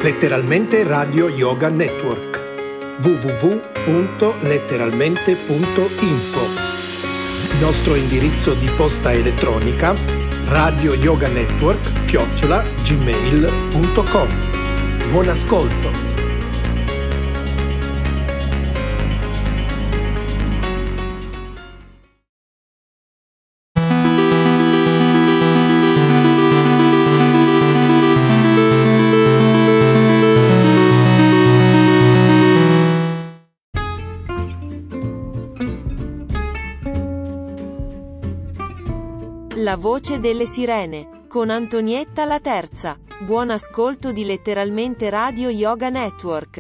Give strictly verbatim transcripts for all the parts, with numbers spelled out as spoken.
Letteralmente Radio Yoga Network. w w w punto letteralmente punto info. Nostro indirizzo di posta elettronica radio yoga network chiocciola gmail punto com. Buon ascolto. La voce delle sirene, con Antonietta la terza. Buon ascolto di Letteralmente Radio Yoga Network.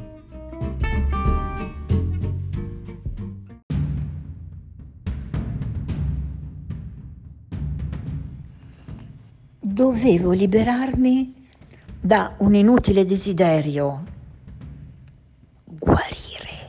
Dovevo liberarmi da un inutile desiderio. Guarire.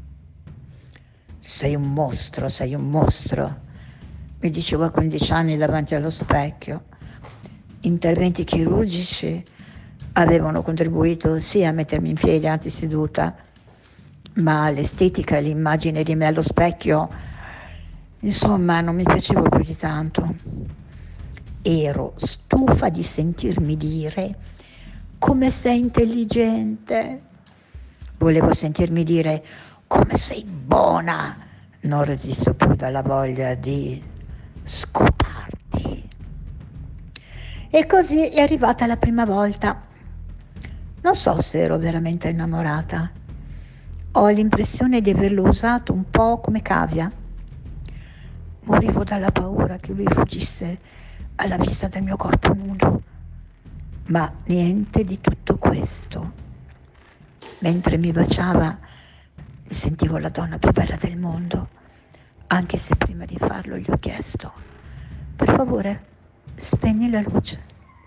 Sei un mostro, sei un mostro. Mi dicevo a quindici anni davanti allo specchio. Interventi chirurgici avevano contribuito sì a mettermi in piedi antiseduta, ma l'estetica e l'immagine di me allo specchio, insomma, non mi piaceva più di tanto. Ero stufa di sentirmi dire come sei intelligente. Volevo sentirmi dire come sei buona. Non resisto più dalla voglia di scoparti. E così è arrivata la prima volta. Non so se ero veramente innamorata. Ho l'impressione di averlo usato un po' come cavia. Morivo dalla paura che lui fuggisse alla vista del mio corpo nudo. Ma niente di tutto questo. Mentre mi baciava, mi sentivo la donna più bella del mondo. Anche se prima di farlo gli ho chiesto: per favore, spegni la luce.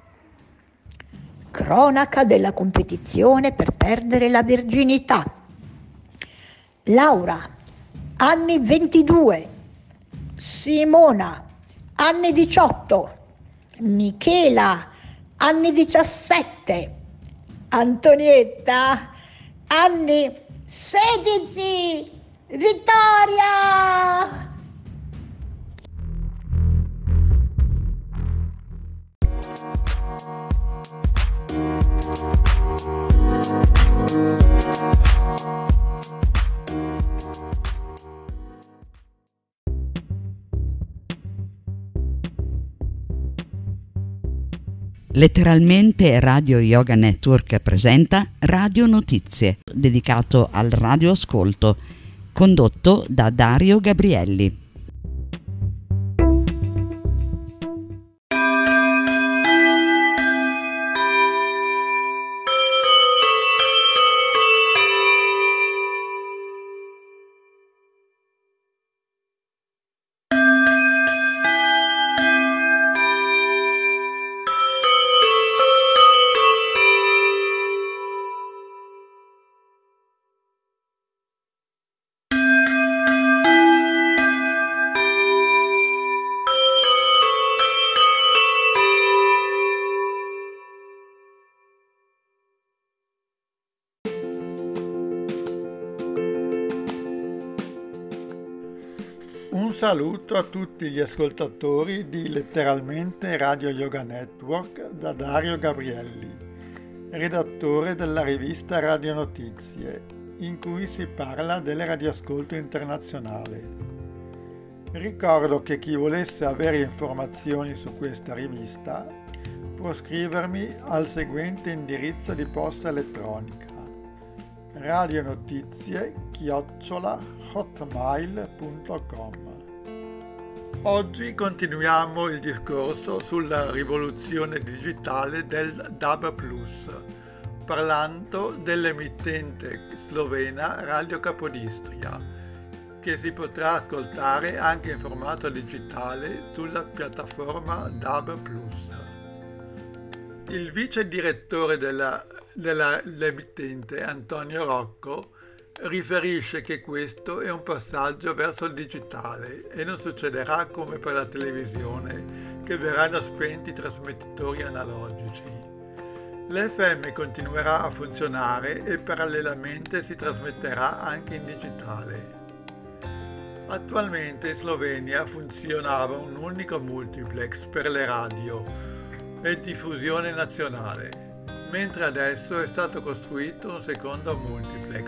Cronaca della competizione per perdere la virginità. Laura, anni ventidue. Simona, anni diciotto. Michela, anni diciassette. Antonietta, anni sedici. Vittoria! Letteralmente Radio Yoga Network presenta Radio Notizie, dedicato al radioascolto, condotto da Dario Gabrielli. Un saluto a tutti gli ascoltatori di Letteralmente Radio Yoga Network da Dario Gabrielli, redattore della rivista Radio Notizie, in cui si parla del radioascolto internazionale. Ricordo che chi volesse avere informazioni su questa rivista può scrivermi al seguente indirizzo di posta elettronica: radionotizie chiocciola hotmail punto com. Oggi continuiamo il discorso sulla rivoluzione digitale del D A B plus, parlando dell'emittente slovena Radio Capodistria, che si potrà ascoltare anche in formato digitale sulla piattaforma D A B plus. Il vice direttore della, della, dell'emittente, Antonio Rocco, riferisce che questo è un passaggio verso il digitale e non succederà come per la televisione, che verranno spenti i trasmettitori analogici. L'F M continuerà a funzionare e parallelamente si trasmetterà anche in digitale. Attualmente in Slovenia funzionava un unico multiplex per le radio e diffusione nazionale, mentre adesso è stato costruito un secondo multiplex.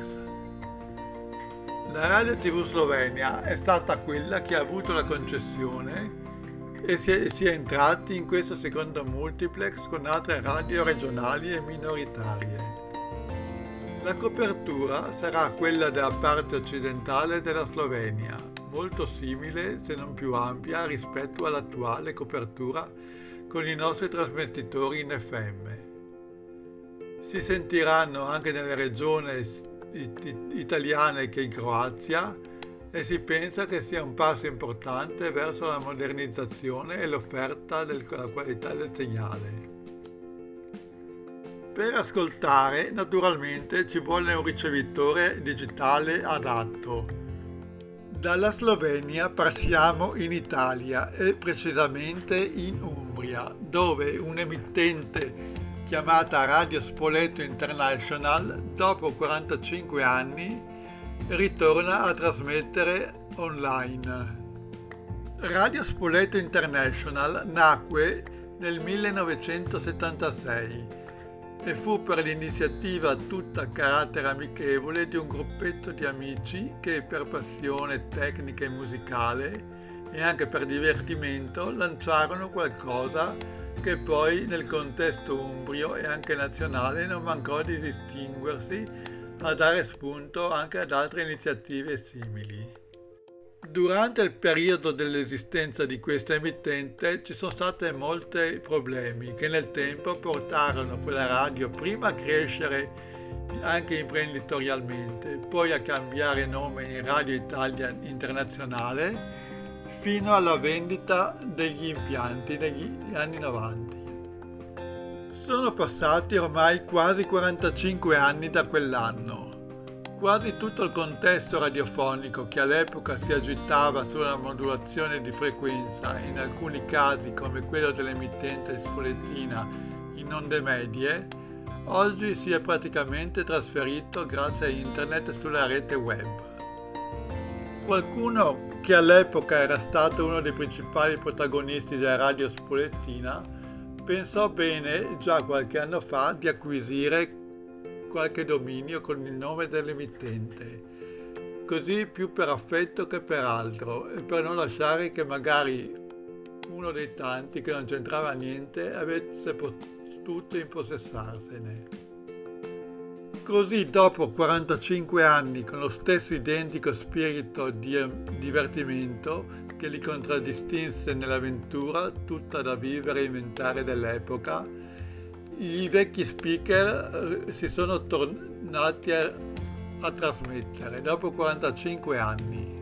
La Radio tivù Slovenia è stata quella che ha avuto la concessione e si è, si è entrati in questo secondo multiplex con altre radio regionali e minoritarie. La copertura sarà quella della parte occidentale della Slovenia, molto simile se non più ampia rispetto all'attuale copertura con i nostri trasmettitori in F M. Si sentiranno anche nelle regioni italiane che in Croazia e si pensa che sia un passo importante verso la modernizzazione e l'offerta della qualità del segnale. Per ascoltare, naturalmente, ci vuole un ricevitore digitale adatto. Dalla Slovenia passiamo in Italia e precisamente in Umbria, dove un emittente chiamata Radio Spoleto International, dopo quarantacinque anni, ritorna a trasmettere online. Radio Spoleto International nacque nel millenovecentosettantasei e fu per l'iniziativa tutta a carattere amichevole di un gruppetto di amici che per passione tecnica e musicale e anche per divertimento lanciarono qualcosa che poi nel contesto umbrio e anche nazionale non mancò di distinguersi a dare spunto anche ad altre iniziative simili. Durante il periodo dell'esistenza di questa emittente ci sono stati molti problemi che nel tempo portarono quella radio prima a crescere anche imprenditorialmente, poi a cambiare nome in Radio Italia Internazionale fino alla vendita degli impianti negli anni novanta. Sono passati ormai quasi quarantacinque anni da quell'anno. Quasi tutto il contesto radiofonico che all'epoca si agitava sulla modulazione di frequenza, in alcuni casi come quello dell'emittente spoletina in onde medie, oggi si è praticamente trasferito grazie a internet sulla rete web. Qualcuno che all'epoca era stato uno dei principali protagonisti della radio spoletina pensò bene già qualche anno fa di acquisire qualche dominio con il nome dell'emittente, così più per affetto che per altro e per non lasciare che magari uno dei tanti che non c'entrava niente avesse potuto impossessarsene. Così dopo quarantacinque anni con lo stesso identico spirito di divertimento che li contraddistinse nell'avventura tutta da vivere e inventare dell'epoca, i vecchi speaker si sono tornati a, a trasmettere dopo quarantacinque anni.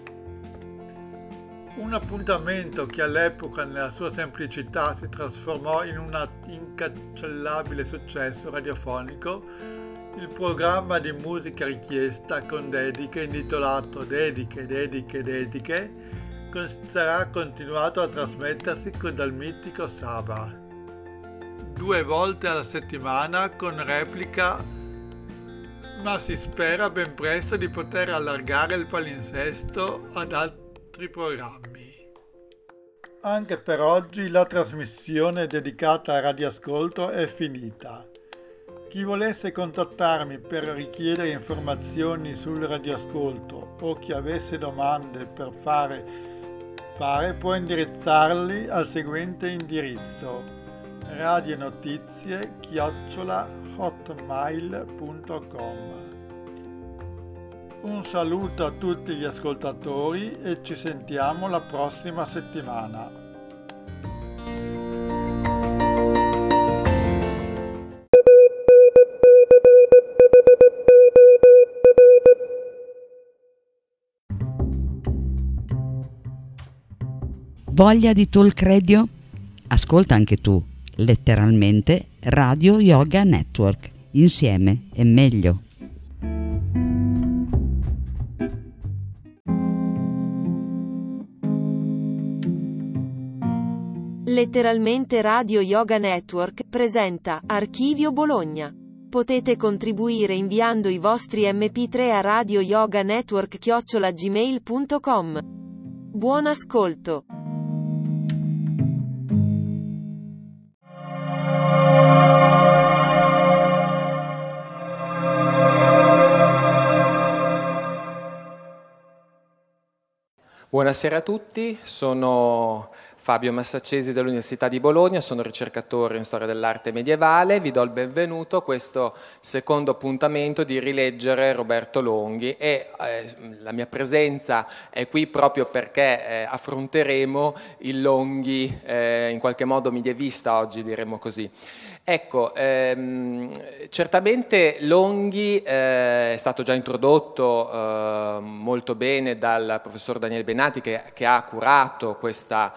Un appuntamento che all'epoca nella sua semplicità si trasformò in un incancellabile successo radiofonico, il programma di musica richiesta con dediche intitolato Dediche, Dediche, Dediche sarà continuato a trasmettersi dal mitico Saba. Due volte alla settimana con replica, ma si spera ben presto di poter allargare il palinsesto ad altri programmi. Anche per oggi la trasmissione dedicata al radioascolto è finita. Chi volesse contattarmi per richiedere informazioni sul radioascolto o chi avesse domande per fare, fare può indirizzarli al seguente indirizzo: radionotizie chiocciola hotmail punto com. Un saluto a tutti gli ascoltatori e ci sentiamo la prossima settimana. Voglia di talk radio? Ascolta anche tu. Letteralmente Radio Yoga Network. Insieme è meglio. Letteralmente Radio Yoga Network presenta Archivio Bologna. Potete contribuire inviando i vostri emme pi tre a radioyoganetwork chiocciola gmail punto com. Buon ascolto! Buonasera a tutti, sono Fabio Massaccesi dell'Università di Bologna, sono ricercatore in storia dell'arte medievale, vi do il benvenuto a questo secondo appuntamento di rileggere Roberto Longhi e eh, la mia presenza è qui proprio perché eh, affronteremo il Longhi eh, in qualche modo medievista oggi, diremmo così. Ecco, ehm, certamente Longhi eh, è stato già introdotto eh, molto bene dal professor Daniele Benati che, che ha curato questa,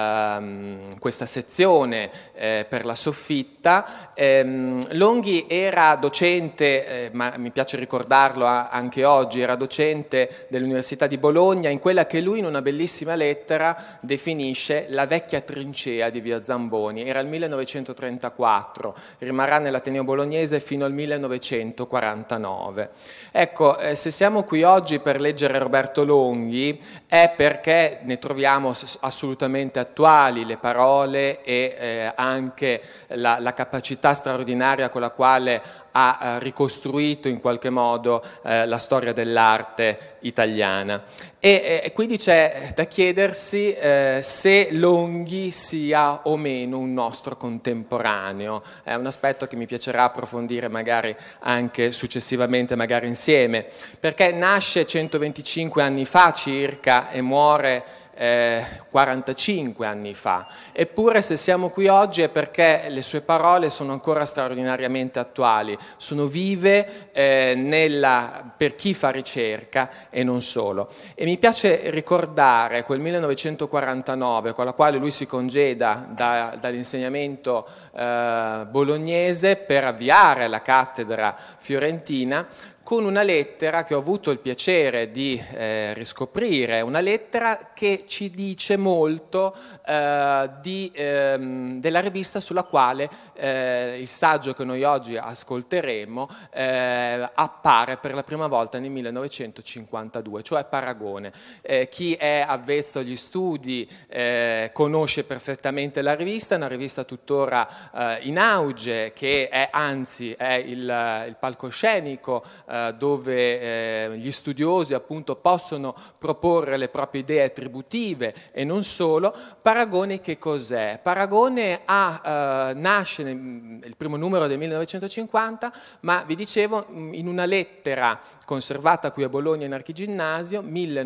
ehm, questa sezione eh, per la soffitta. Ehm, Longhi era docente, eh, ma mi piace ricordarlo anche oggi, era docente dell'Università di Bologna in quella che lui in una bellissima lettera definisce la vecchia trincea di via Zamboni. Era il millenovecentotrentaquattro. Rimarrà nell'Ateneo Bolognese fino al millenovecentoquarantanove. Ecco, eh, se siamo qui oggi per leggere Roberto Longhi è perché ne troviamo assolutamente attuali le parole e eh, anche la, la capacità straordinaria con la quale ha eh, ricostruito in qualche modo eh, la storia dell'arte italiana. E eh, quindi c'è da chiedersi eh, se Longhi sia o meno un nostro contemporaneo. È un aspetto che mi piacerà approfondire magari anche successivamente, magari insieme, perché nasce centoventicinque anni fa circa e muore Eh, quarantacinque anni fa. Eppure se siamo qui oggi è perché le sue parole sono ancora straordinariamente attuali, sono vive eh, nella, per chi fa ricerca e non solo. E mi piace ricordare quel millenovecentoquarantanove con la quale lui si congeda da, dall'insegnamento eh, bolognese per avviare la cattedra fiorentina, con una lettera che ho avuto il piacere di eh, riscoprire, una lettera che ci dice molto eh, di, ehm, della rivista sulla quale eh, il saggio che noi oggi ascolteremo eh, appare per la prima volta nel millenovecentocinquantadue, cioè Paragone. Eh, chi è avvezzo agli studi eh, conosce perfettamente la rivista, è una rivista tuttora eh, in auge, che è anzi è il, il palcoscenico eh, dove eh, gli studiosi appunto possono proporre le proprie idee attributive e non solo. Paragone che cos'è? Paragone ha, eh, nasce nel il primo numero del millenovecentocinquanta, ma vi dicevo in una lettera conservata qui a Bologna in Archiginnasio,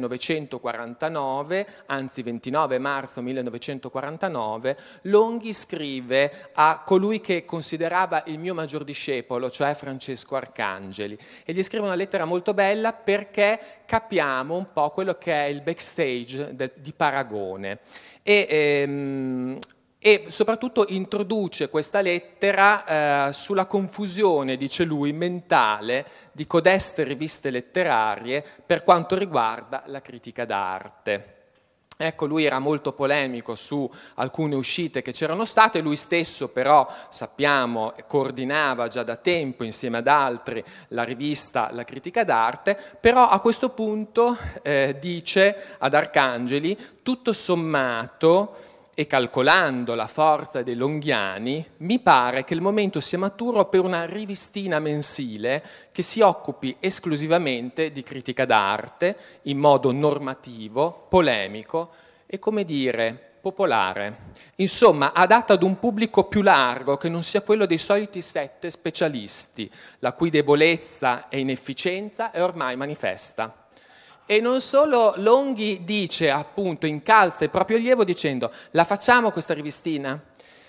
millenovecentoquarantanove, anzi ventinove marzo millenovecentoquarantanove, Longhi scrive a colui che considerava il mio maggior discepolo, cioè Francesco Arcangeli, e gli scrive una lettera molto bella perché capiamo un po' quello che è il backstage de, di Paragone e, ehm, e soprattutto introduce questa lettera eh, sulla confusione, dice lui, mentale di codeste riviste letterarie per quanto riguarda la critica d'arte. Ecco, lui era molto polemico su alcune uscite che c'erano state, lui stesso però, sappiamo, coordinava già da tempo insieme ad altri la rivista La Critica d'Arte, però a questo punto eh, dice ad Arcangeli, tutto sommato e calcolando la forza dei longhiani, mi pare che il momento sia maturo per una rivistina mensile che si occupi esclusivamente di critica d'arte in modo normativo, polemico e, come dire, popolare. Insomma, adatta ad un pubblico più largo che non sia quello dei soliti sette specialisti, la cui debolezza e inefficienza è ormai manifesta. E non solo, Longhi dice, appunto, incalza il proprio allievo dicendo: la facciamo questa rivistina?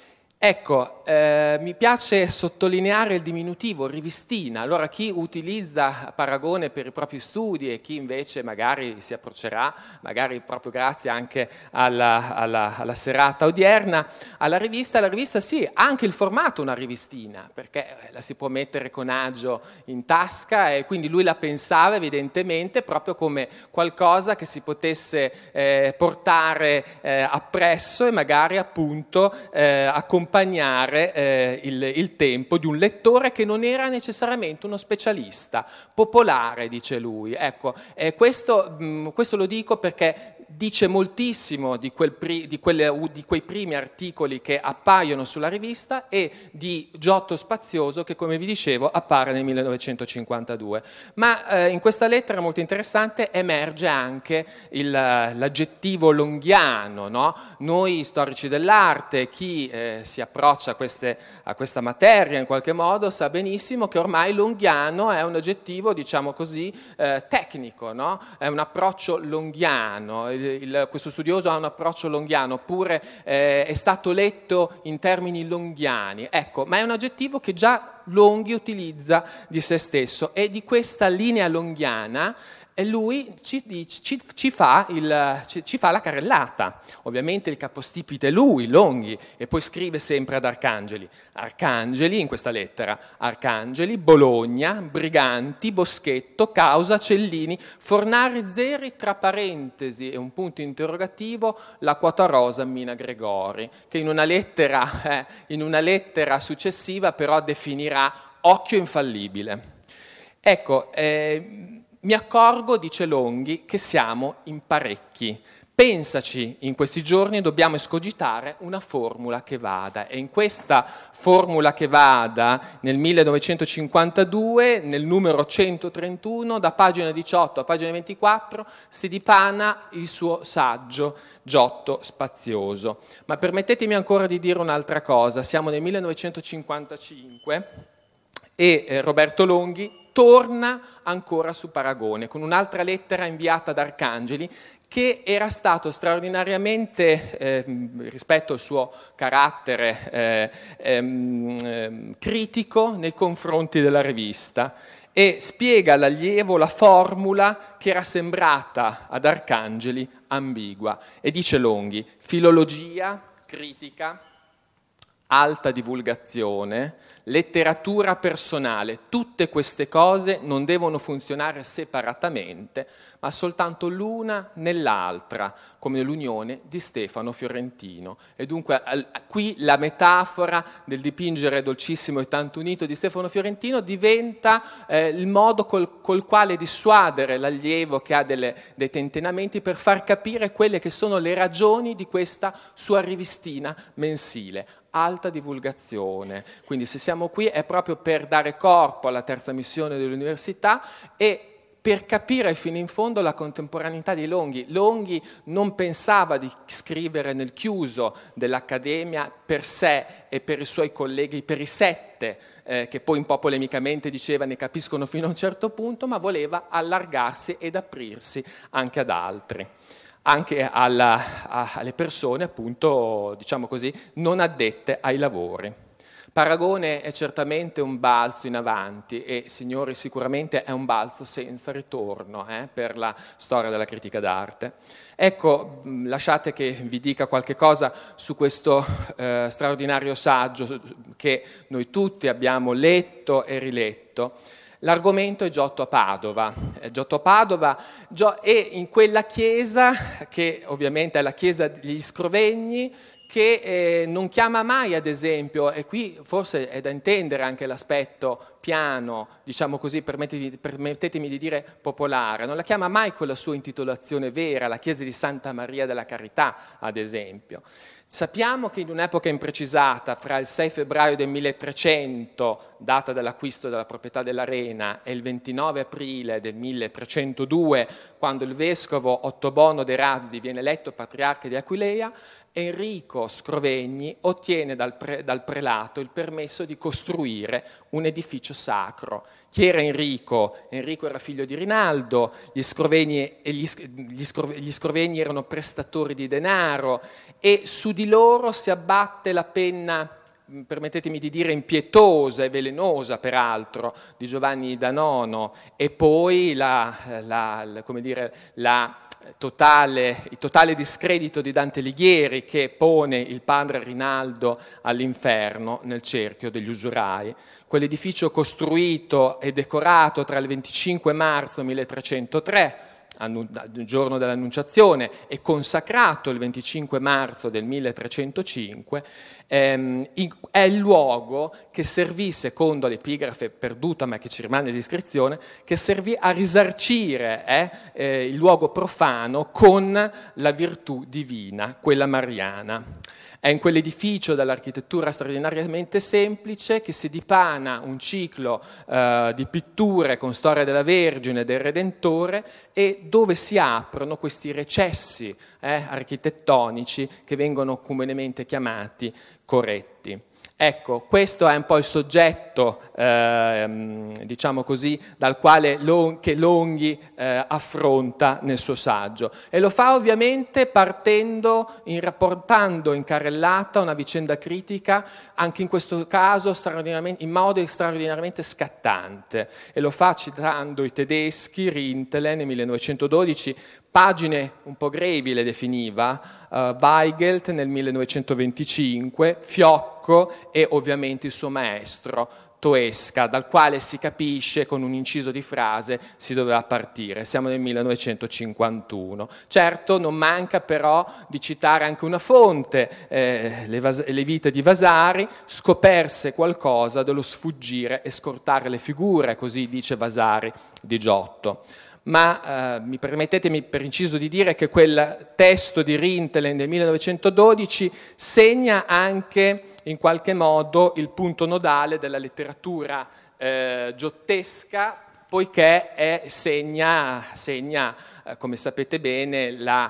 Ecco, eh, mi piace sottolineare il diminutivo, rivistina. Allora chi utilizza Paragone per i propri studi e chi invece magari si approccerà, magari proprio grazie anche alla, alla, alla serata odierna, alla rivista, la rivista sì, ha anche il formato una rivistina, perché la si può mettere con agio in tasca e quindi lui la pensava evidentemente proprio come qualcosa che si potesse eh, portare eh, appresso e magari appunto eh, accompagnare accompagnare eh, il, il tempo di un lettore che non era necessariamente uno specialista, popolare, dice lui. Ecco, eh, questo, mh, questo lo dico perché dice moltissimo di, quel pri, di, quelle, di quei primi articoli che appaiono sulla rivista e di Giotto Spazioso che, come vi dicevo, appare nel millenovecentocinquantadue. Ma eh, in questa lettera molto interessante emerge anche il, l'aggettivo longhiano, no? Noi storici dell'arte, chi eh, si approccia a, queste, a questa materia in qualche modo sa benissimo che ormai longhiano è un aggettivo, diciamo così, eh, tecnico, no? È un approccio longhiano. Il, il, questo studioso ha un approccio longhiano, oppure eh, è stato letto in termini longhiani. Ecco, ma è un aggettivo che già Longhi utilizza di se stesso, e di questa linea longhiana e lui ci, ci, ci, fa il, ci, ci fa la carrellata. Ovviamente il capostipite è lui, Longhi, e poi scrive sempre ad Arcangeli. Arcangeli, in questa lettera, Arcangeli, Bologna, Briganti, Boschetto, Causa, Cellini, Fornari, Zeri, tra parentesi e un punto interrogativo, la quota rosa, Mina Gregori, che in una lettera, eh, in una lettera successiva però definirà occhio infallibile. Ecco, eh, mi accorgo, dice Longhi, che siamo in parecchi. Pensaci, in questi giorni dobbiamo escogitare una formula che vada, e in questa formula che vada nel millenovecentocinquantadue, nel numero centotrentuno, da pagina diciotto a pagina ventiquattro, si dipana il suo saggio Giotto Spazioso. Ma permettetemi ancora di dire un'altra cosa. Siamo nel millenovecentocinquantacinque e eh, Roberto Longhi torna ancora su Paragone con un'altra lettera inviata ad Arcangeli, che era stato straordinariamente, eh, rispetto al suo carattere eh, ehm, critico nei confronti della rivista, e spiega all'allievo la formula che era sembrata ad Arcangeli ambigua. E dice Longhi: filologia, critica, alta divulgazione, letteratura personale, tutte queste cose non devono funzionare separatamente, ma soltanto l'una nell'altra, come l'unione di Stefano Fiorentino. E dunque qui la metafora del dipingere dolcissimo e tanto unito di Stefano Fiorentino diventa eh, il modo col, col quale dissuadere l'allievo che ha delle, dei tentennamenti per far capire quelle che sono le ragioni di questa sua rivistina mensile. Alta divulgazione. Quindi se siamo qui è proprio per dare corpo alla terza missione dell'università e per capire fino in fondo la contemporaneità di Longhi. Longhi non pensava di scrivere nel chiuso dell'Accademia per sé e per i suoi colleghi, per i sette, eh, che poi un po' polemicamente diceva ne capiscono fino a un certo punto, ma voleva allargarsi ed aprirsi anche ad altri, anche alla, a, alle persone, appunto, diciamo così, non addette ai lavori. Paragone è certamente un balzo in avanti e, signori, sicuramente è un balzo senza ritorno eh, per la storia della critica d'arte. Ecco, lasciate che vi dica qualche cosa su questo eh, straordinario saggio che noi tutti abbiamo letto e riletto. L'argomento è Giotto a Padova. Giotto a Padova è in quella chiesa che ovviamente è la chiesa degli Scrovegni, che eh, non chiama mai, ad esempio, e qui forse è da intendere anche l'aspetto piano, diciamo così, permettetemi, permettetemi di dire popolare, non la chiama mai con la sua intitolazione vera, la chiesa di Santa Maria della Carità, ad esempio. Sappiamo che in un'epoca imprecisata, fra il sei febbraio del milletrecento, data dell'acquisto della proprietà dell'Arena, e il ventinove aprile del milletrecentodue, quando il vescovo Ottobono de Razzi viene eletto patriarca di Aquileia, Enrico Scrovegni ottiene dal, pre, dal prelato il permesso di costruire un edificio sacro. Chi era Enrico? Enrico era figlio di Rinaldo, gli Scrovegni, e gli, gli, Scrovegni, gli Scrovegni erano prestatori di denaro e su di loro si abbatte la penna permettetemi di dire impietosa e velenosa peraltro di Giovanni da Nono, e poi la, la, la, come dire, la totale, il totale discredito di Dante Alighieri, che pone il padre Rinaldo all'inferno nel cerchio degli usurai. Quell'edificio costruito e decorato tra il venticinque marzo milletrecentotre, il giorno dell'Annunciazione, e consacrato il venticinque marzo del milletrecentocinque, ehm, è il luogo che servì, secondo l'epigrafe perduta ma che ci rimane l'iscrizione, che servì a risarcire eh, eh, il luogo profano con la virtù divina, quella mariana. È in quell'edificio dall'architettura straordinariamente semplice che si dipana un ciclo eh, di pitture con storia della Vergine e del Redentore, e dove si aprono questi recessi eh, architettonici che vengono comunemente chiamati coretti. Ecco, questo è un po' il soggetto, eh, diciamo così, dal quale Long, che Longhi eh, affronta nel suo saggio, e lo fa ovviamente partendo, in, rapportando in carrellata una vicenda critica, anche in questo caso straordinariamente, in modo straordinariamente scattante, e lo fa citando i tedeschi, Rintelen nel millenovecentododici, pagine un po' grevi le definiva, uh, Weigelt nel millenovecentoventicinque, Fiocco e ovviamente il suo maestro Toesca, dal quale si capisce con un inciso di frase si doveva partire. Siamo nel millenovecentocinquantuno. Certo, non manca però di citare anche una fonte, eh, le, Vas- le vite di Vasari, scoperse qualcosa dello sfuggire e scortare le figure, così dice Vasari di Giotto. Ma eh, mi permettetemi per inciso di dire che quel testo di Rintelen del millenovecentododici segna anche in qualche modo il punto nodale della letteratura eh, giottesca, poiché è, segna, segna eh, come sapete bene, la,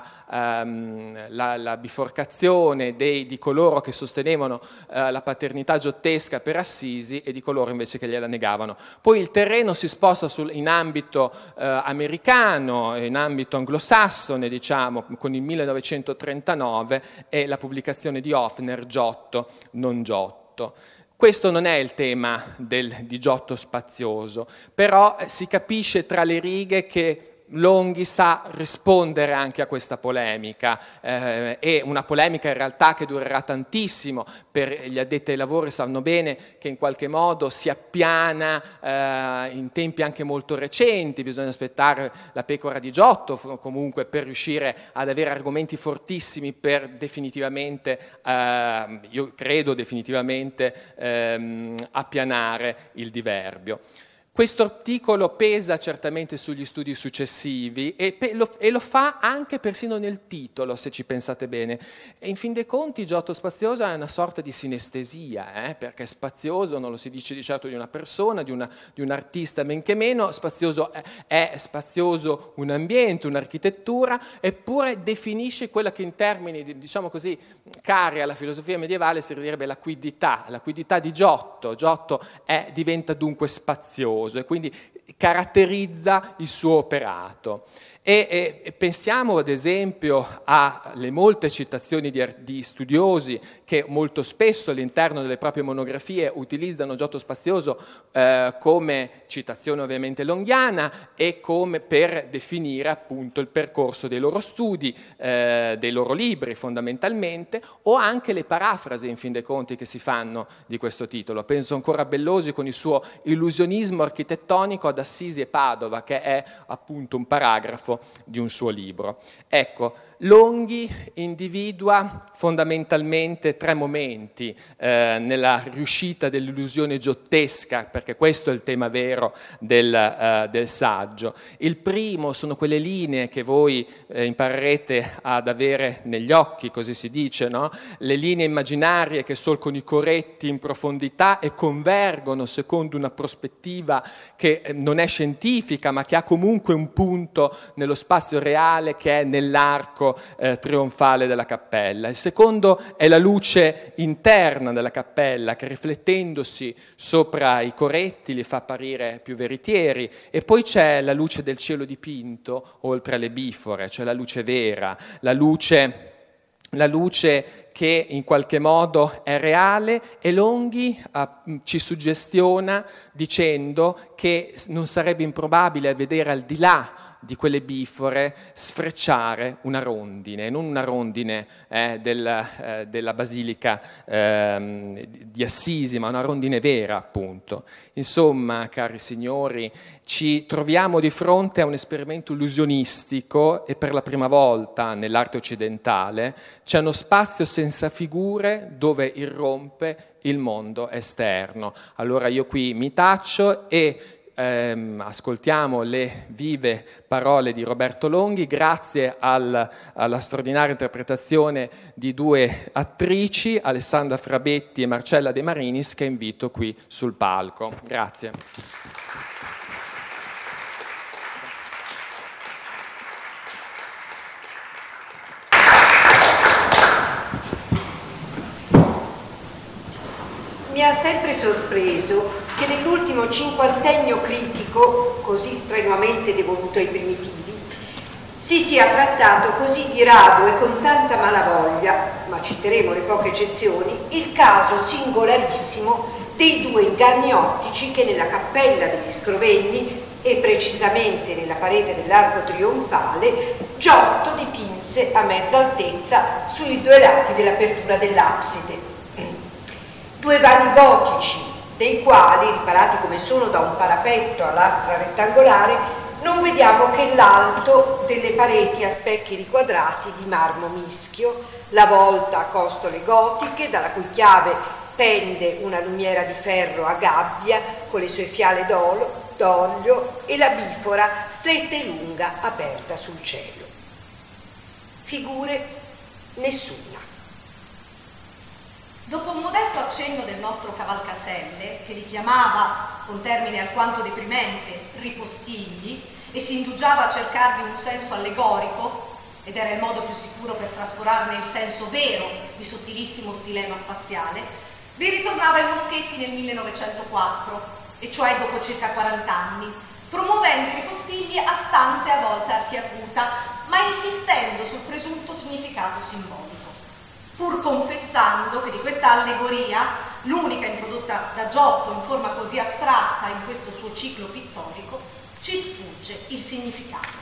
um, la, la biforcazione dei, di coloro che sostenevano uh, la paternità giottesca per Assisi e di coloro invece che gliela negavano. Poi il terreno si sposta sul, in ambito uh, americano, in ambito anglosassone, diciamo, con il millenovecentotrentanove e la pubblicazione di Hoffner, Giotto, non Giotto. Questo non è il tema del, di Giotto spazioso, però si capisce tra le righe che Longhi sa rispondere anche a questa polemica, eh, e una polemica in realtà che durerà tantissimo. Per gli addetti ai lavori sanno bene che in qualche modo si appiana eh, in tempi anche molto recenti. Bisogna aspettare la Pecora di Giotto comunque per riuscire ad avere argomenti fortissimi per definitivamente, eh, io credo definitivamente, ehm, appianare il diverbio. Questo articolo pesa certamente sugli studi successivi e, pe- lo, e lo fa anche persino nel titolo, se ci pensate bene. E in fin dei conti Giotto spazioso è una sorta di sinestesia, eh? Perché spazioso non lo si dice di certo di una persona, di, una, di un artista, men che meno. Spazioso è, è spazioso un ambiente, un'architettura, eppure definisce quella che in termini, diciamo così, cari alla filosofia medievale si direbbe la quiddità, la quiddità di Giotto. Giotto è, diventa dunque spazioso e quindi caratterizza il suo operato. E, e pensiamo ad esempio alle molte citazioni di, di studiosi che molto spesso all'interno delle proprie monografie utilizzano Giotto spazioso eh, come citazione ovviamente longhiana e come per definire appunto il percorso dei loro studi, eh, dei loro libri fondamentalmente, o anche le parafrasi in fin dei conti che si fanno di questo titolo. Penso ancora a Bellosi con il suo illusionismo architettonico ad Assisi e Padova, che è appunto un paragrafo di un suo libro. Ecco, Longhi individua fondamentalmente tre momenti eh, nella riuscita dell'illusione giottesca, perché questo è il tema vero del, eh, del saggio. Il primo sono quelle linee che voi eh, imparerete ad avere negli occhi, così si dice, no? Le linee immaginarie che solcono i coretti in profondità e convergono secondo una prospettiva che non è scientifica, ma che ha comunque un punto nello spazio reale, che è nell'arco eh, trionfale della cappella. Il secondo è la luce interna della cappella, che riflettendosi sopra i coretti li fa apparire più veritieri, e poi c'è la luce del cielo dipinto oltre alle bifore, cioè la luce vera, la luce, la luce che in qualche modo è reale, e Longhi uh, ci suggestiona dicendo che non sarebbe improbabile vedere al di là di quelle bifore sfrecciare una rondine, non una rondine eh, del, eh, della Basilica eh, di Assisi, ma una rondine vera, appunto. Insomma, cari signori, ci troviamo di fronte a un esperimento illusionistico, e per la prima volta nell'arte occidentale c'è uno spazio senza figure dove irrompe il mondo esterno. Allora io qui mi taccio e Ehm, ascoltiamo le vive parole di Roberto Longhi, grazie al, alla straordinaria interpretazione di due attrici, Alessandra Frabetti e Marcella De Marinis, che invito qui sul palco. Grazie. Mi ha sempre sorpreso che nell'ultimo cinquantennio critico, così strenuamente devoluto ai primitivi, si sia trattato così di rado e con tanta malavoglia, ma citeremo le poche eccezioni, il caso singolarissimo dei due inganni ottici che nella cappella degli Scrovenni, e precisamente nella parete dell'arco trionfale, Giotto dipinse a mezza altezza sui due lati dell'apertura dell'abside. Due vani gotici, dei quali, riparati come sono da un parapetto a lastra rettangolare, non vediamo che l'alto delle pareti a specchi riquadrati di marmo mischio, la volta a costole gotiche, dalla cui chiave pende una lumiera di ferro a gabbia con le sue fiale d'olio e la bifora stretta e lunga aperta sul cielo. Figure nessuna. Dopo un modesto accenno del nostro Cavalcaselle, che li chiamava, con termine alquanto deprimente, ripostigli, e si indugiava a cercarvi un senso allegorico, ed era il modo più sicuro per trascurarne il senso vero di sottilissimo stilema spaziale, vi ritornava il Moschetti nel millenovecentoquattro, e cioè dopo circa quaranta anni, promuovendo i ripostigli a stanze a volte archiacuta, ma insistendo sul presunto significato simbolico, pur confessando che di questa allegoria, l'unica introdotta da Giotto in forma così astratta in questo suo ciclo pittorico, ci sfugge il significato.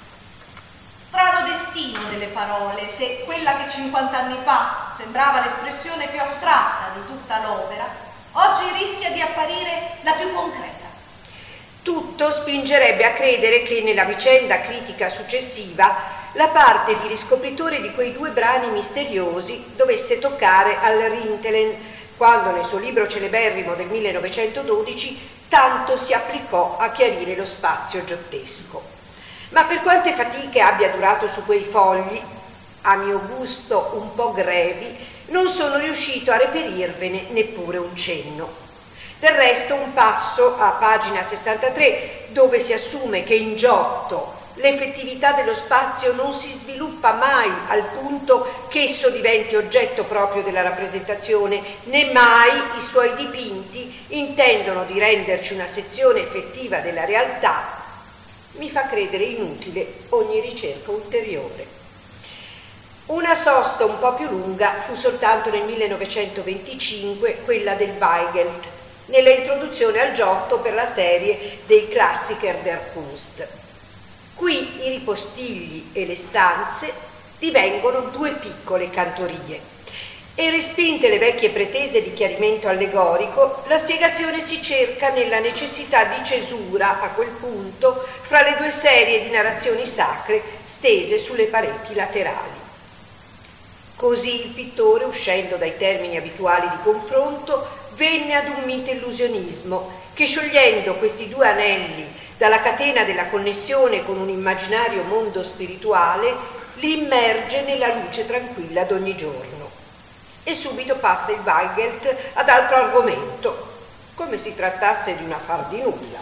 Strano destino delle parole, se quella che cinquanta anni fa sembrava l'espressione più astratta di tutta l'opera, oggi rischia di apparire la più concreta. Tutto spingerebbe a credere che nella vicenda critica successiva la parte di riscopritore di quei due brani misteriosi dovesse toccare al Rintelen, quando nel suo libro celeberrimo del millenovecentododici tanto si applicò a chiarire lo spazio giottesco. Ma per quante fatiche abbia durato su quei fogli, a mio gusto un po' grevi, non sono riuscito a reperirvene neppure un cenno. Del resto un passo a pagina sessantatré, dove si assume che in Giotto l'effettività dello spazio non si sviluppa mai al punto che esso diventi oggetto proprio della rappresentazione, né mai i suoi dipinti intendono di renderci una sezione effettiva della realtà, mi fa credere inutile ogni ricerca ulteriore. Una sosta un po' più lunga fu soltanto nel millenovecentoventicinque quella del Weigelt, nella introduzione al Giotto per la serie dei Klassiker der Kunst. Qui i ripostigli e le stanze divengono due piccole cantorie e, respinte le vecchie pretese di chiarimento allegorico, la spiegazione si cerca nella necessità di cesura a quel punto fra le due serie di narrazioni sacre stese sulle pareti laterali. Così il pittore, uscendo dai termini abituali di confronto, venne ad un mite illusionismo che, sciogliendo questi due anelli dalla catena della connessione con un immaginario mondo spirituale, li immerge nella luce tranquilla d'ogni giorno. E subito passa il Weigelt ad altro argomento, come si trattasse di un affar di nulla.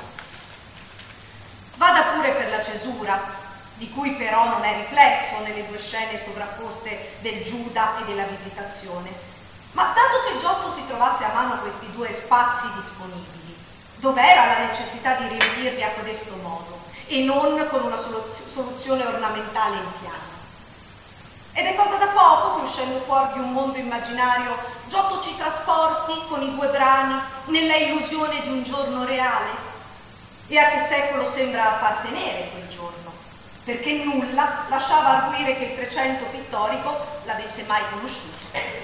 Vada pure per la cesura, di cui però non è riflesso nelle due scene sovrapposte del Giuda e della Visitazione. Ma dato che Giotto si trovasse a mano questi due spazi disponibili, dov'era la necessità di riempirli a codesto modo e non con una soluzione ornamentale in piano? Ed è cosa da poco che, uscendo fuori di un mondo immaginario, Giotto ci trasporti con i due brani nella illusione di un giorno reale. E a che secolo sembra appartenere quel giorno? Perché nulla lasciava arguire che il Trecento pittorico l'avesse mai conosciuto.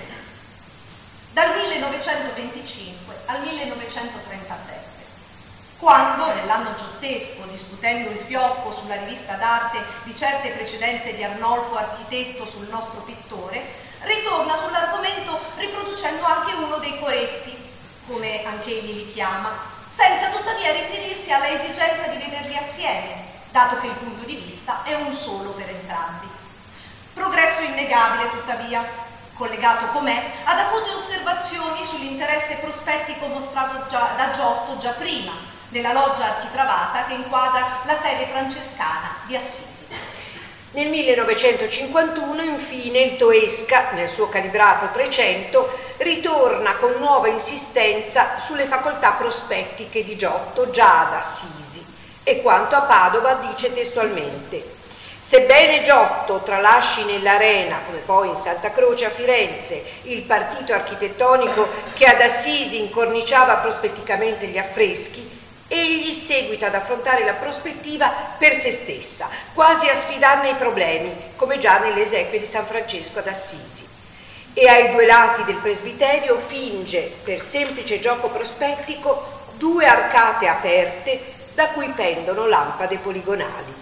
Dal millenovecentoventicinque al millenovecentotrentasette, quando, nell'anno giottesco, discutendo il fiocco sulla rivista d'arte di certe precedenze di Arnolfo architetto sul nostro pittore, ritorna sull'argomento riproducendo anche uno dei coretti, come anch'egli li chiama, senza tuttavia riferirsi alla esigenza di vederli assieme, dato che il punto di vista è un solo per entrambi. Progresso innegabile, tuttavia, collegato com'è ad acute osservazioni sull'interesse prospettico mostrato già da Giotto già prima, nella loggia architravata che inquadra la sede francescana di Assisi. Nel millenovecentocinquantuno, infine, il Toesca, nel suo calibrato trecento, ritorna con nuova insistenza sulle facoltà prospettiche di Giotto già ad Assisi, e quanto a Padova dice testualmente: sebbene Giotto tralasci nell'arena, come poi in Santa Croce a Firenze, il partito architettonico che ad Assisi incorniciava prospetticamente gli affreschi, egli seguita ad affrontare la prospettiva per se stessa, quasi a sfidarne i problemi, come già nelle esequie di San Francesco ad Assisi. E ai due lati del presbiterio finge, per semplice gioco prospettico, due arcate aperte da cui pendono lampade poligonali.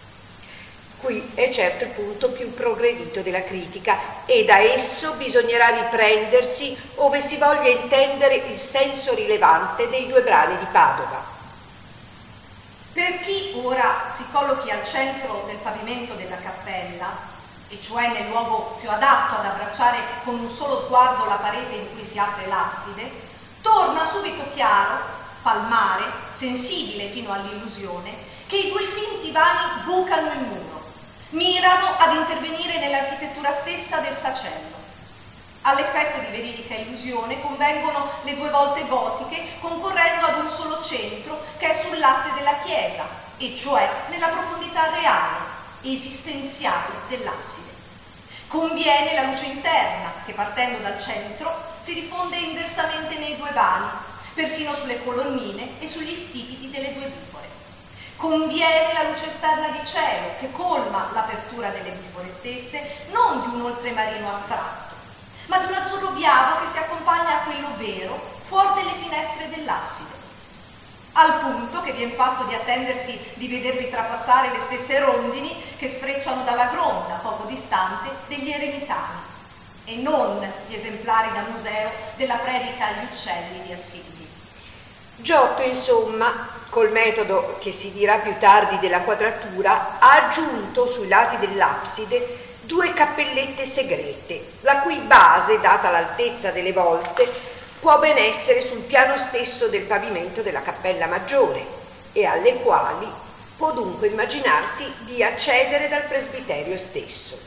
Qui è certo il punto più progredito della critica e da esso bisognerà riprendersi ove si voglia intendere il senso rilevante dei due brani di Padova. Per chi ora si collochi al centro del pavimento della cappella, e cioè nel luogo più adatto ad abbracciare con un solo sguardo la parete in cui si apre l'abside, torna subito chiaro, palmare, sensibile fino all'illusione, che i due finti vani bucano il muro, mirano ad intervenire nell'architettura stessa del sacello. All'effetto di veridica illusione convengono le due volte gotiche, concorrendo ad un solo centro che è sull'asse della chiesa, e cioè nella profondità reale, esistenziale dell'abside. Conviene la luce interna, che partendo dal centro si diffonde inversamente nei due vani, persino sulle colonnine e sugli stipiti delle due bifore. Conviene la luce esterna di cielo, che colma l'apertura delle bifore stesse, non di un oltremarino astratto, ma di un azzurro biavo che si accompagna a quello vero fuori delle finestre dell'abside, al punto che viene fatto di attendersi di vedervi trapassare le stesse rondini che sfrecciano dalla gronda, poco distante, degli eremitani, e non gli esemplari da museo della predica agli uccelli di Assisi. Giotto, insomma, col metodo che si dirà più tardi della quadratura, ha aggiunto sui lati dell'abside due cappellette segrete, la cui base, data l'altezza delle volte, può ben essere sul piano stesso del pavimento della cappella maggiore, e alle quali può dunque immaginarsi di accedere dal presbiterio stesso.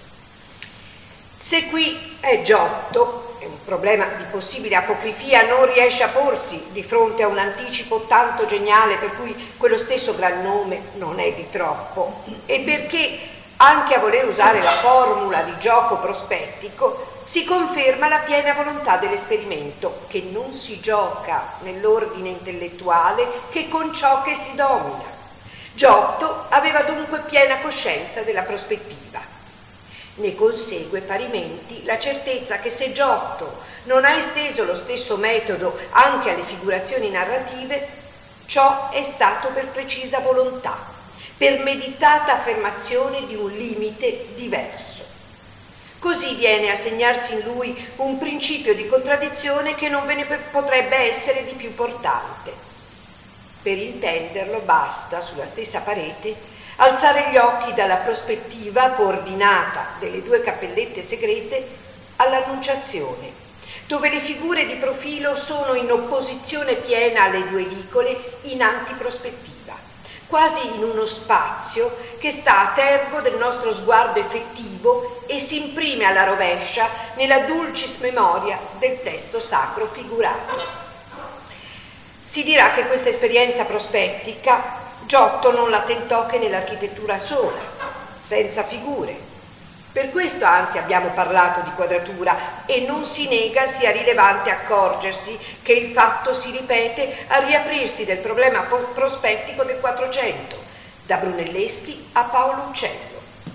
Se qui è Giotto, e un problema di possibile apocrifia non riesce a porsi di fronte a un anticipo tanto geniale per cui quello stesso gran nome non è di troppo, e perché anche a voler usare la formula di gioco prospettico si conferma la piena volontà dell'esperimento, che non si gioca nell'ordine intellettuale che con ciò che si domina. Giotto aveva dunque piena coscienza della prospettiva. Ne consegue parimenti la certezza che se Giotto non ha esteso lo stesso metodo anche alle figurazioni narrative, ciò è stato per precisa volontà, per meditata affermazione di un limite diverso. Così viene a segnarsi in lui un principio di contraddizione che non ve ne potrebbe essere di più portante. Per intenderlo basta, sulla stessa parete, alzare gli occhi dalla prospettiva coordinata delle due cappellette segrete all'Annunciazione, dove le figure di profilo sono in opposizione piena alle due edicole in antiprospettiva, quasi in uno spazio che sta a tergo del nostro sguardo effettivo e si imprime alla rovescia nella dulcis memoria del testo sacro figurato. Si dirà che questa esperienza prospettica Giotto non la tentò che nell'architettura sola, senza figure, Per questo anzi abbiamo parlato di quadratura e non si nega sia rilevante accorgersi che il fatto si ripete a riaprirsi del problema prospettico del Quattrocento, da Brunelleschi a Paolo Uccello.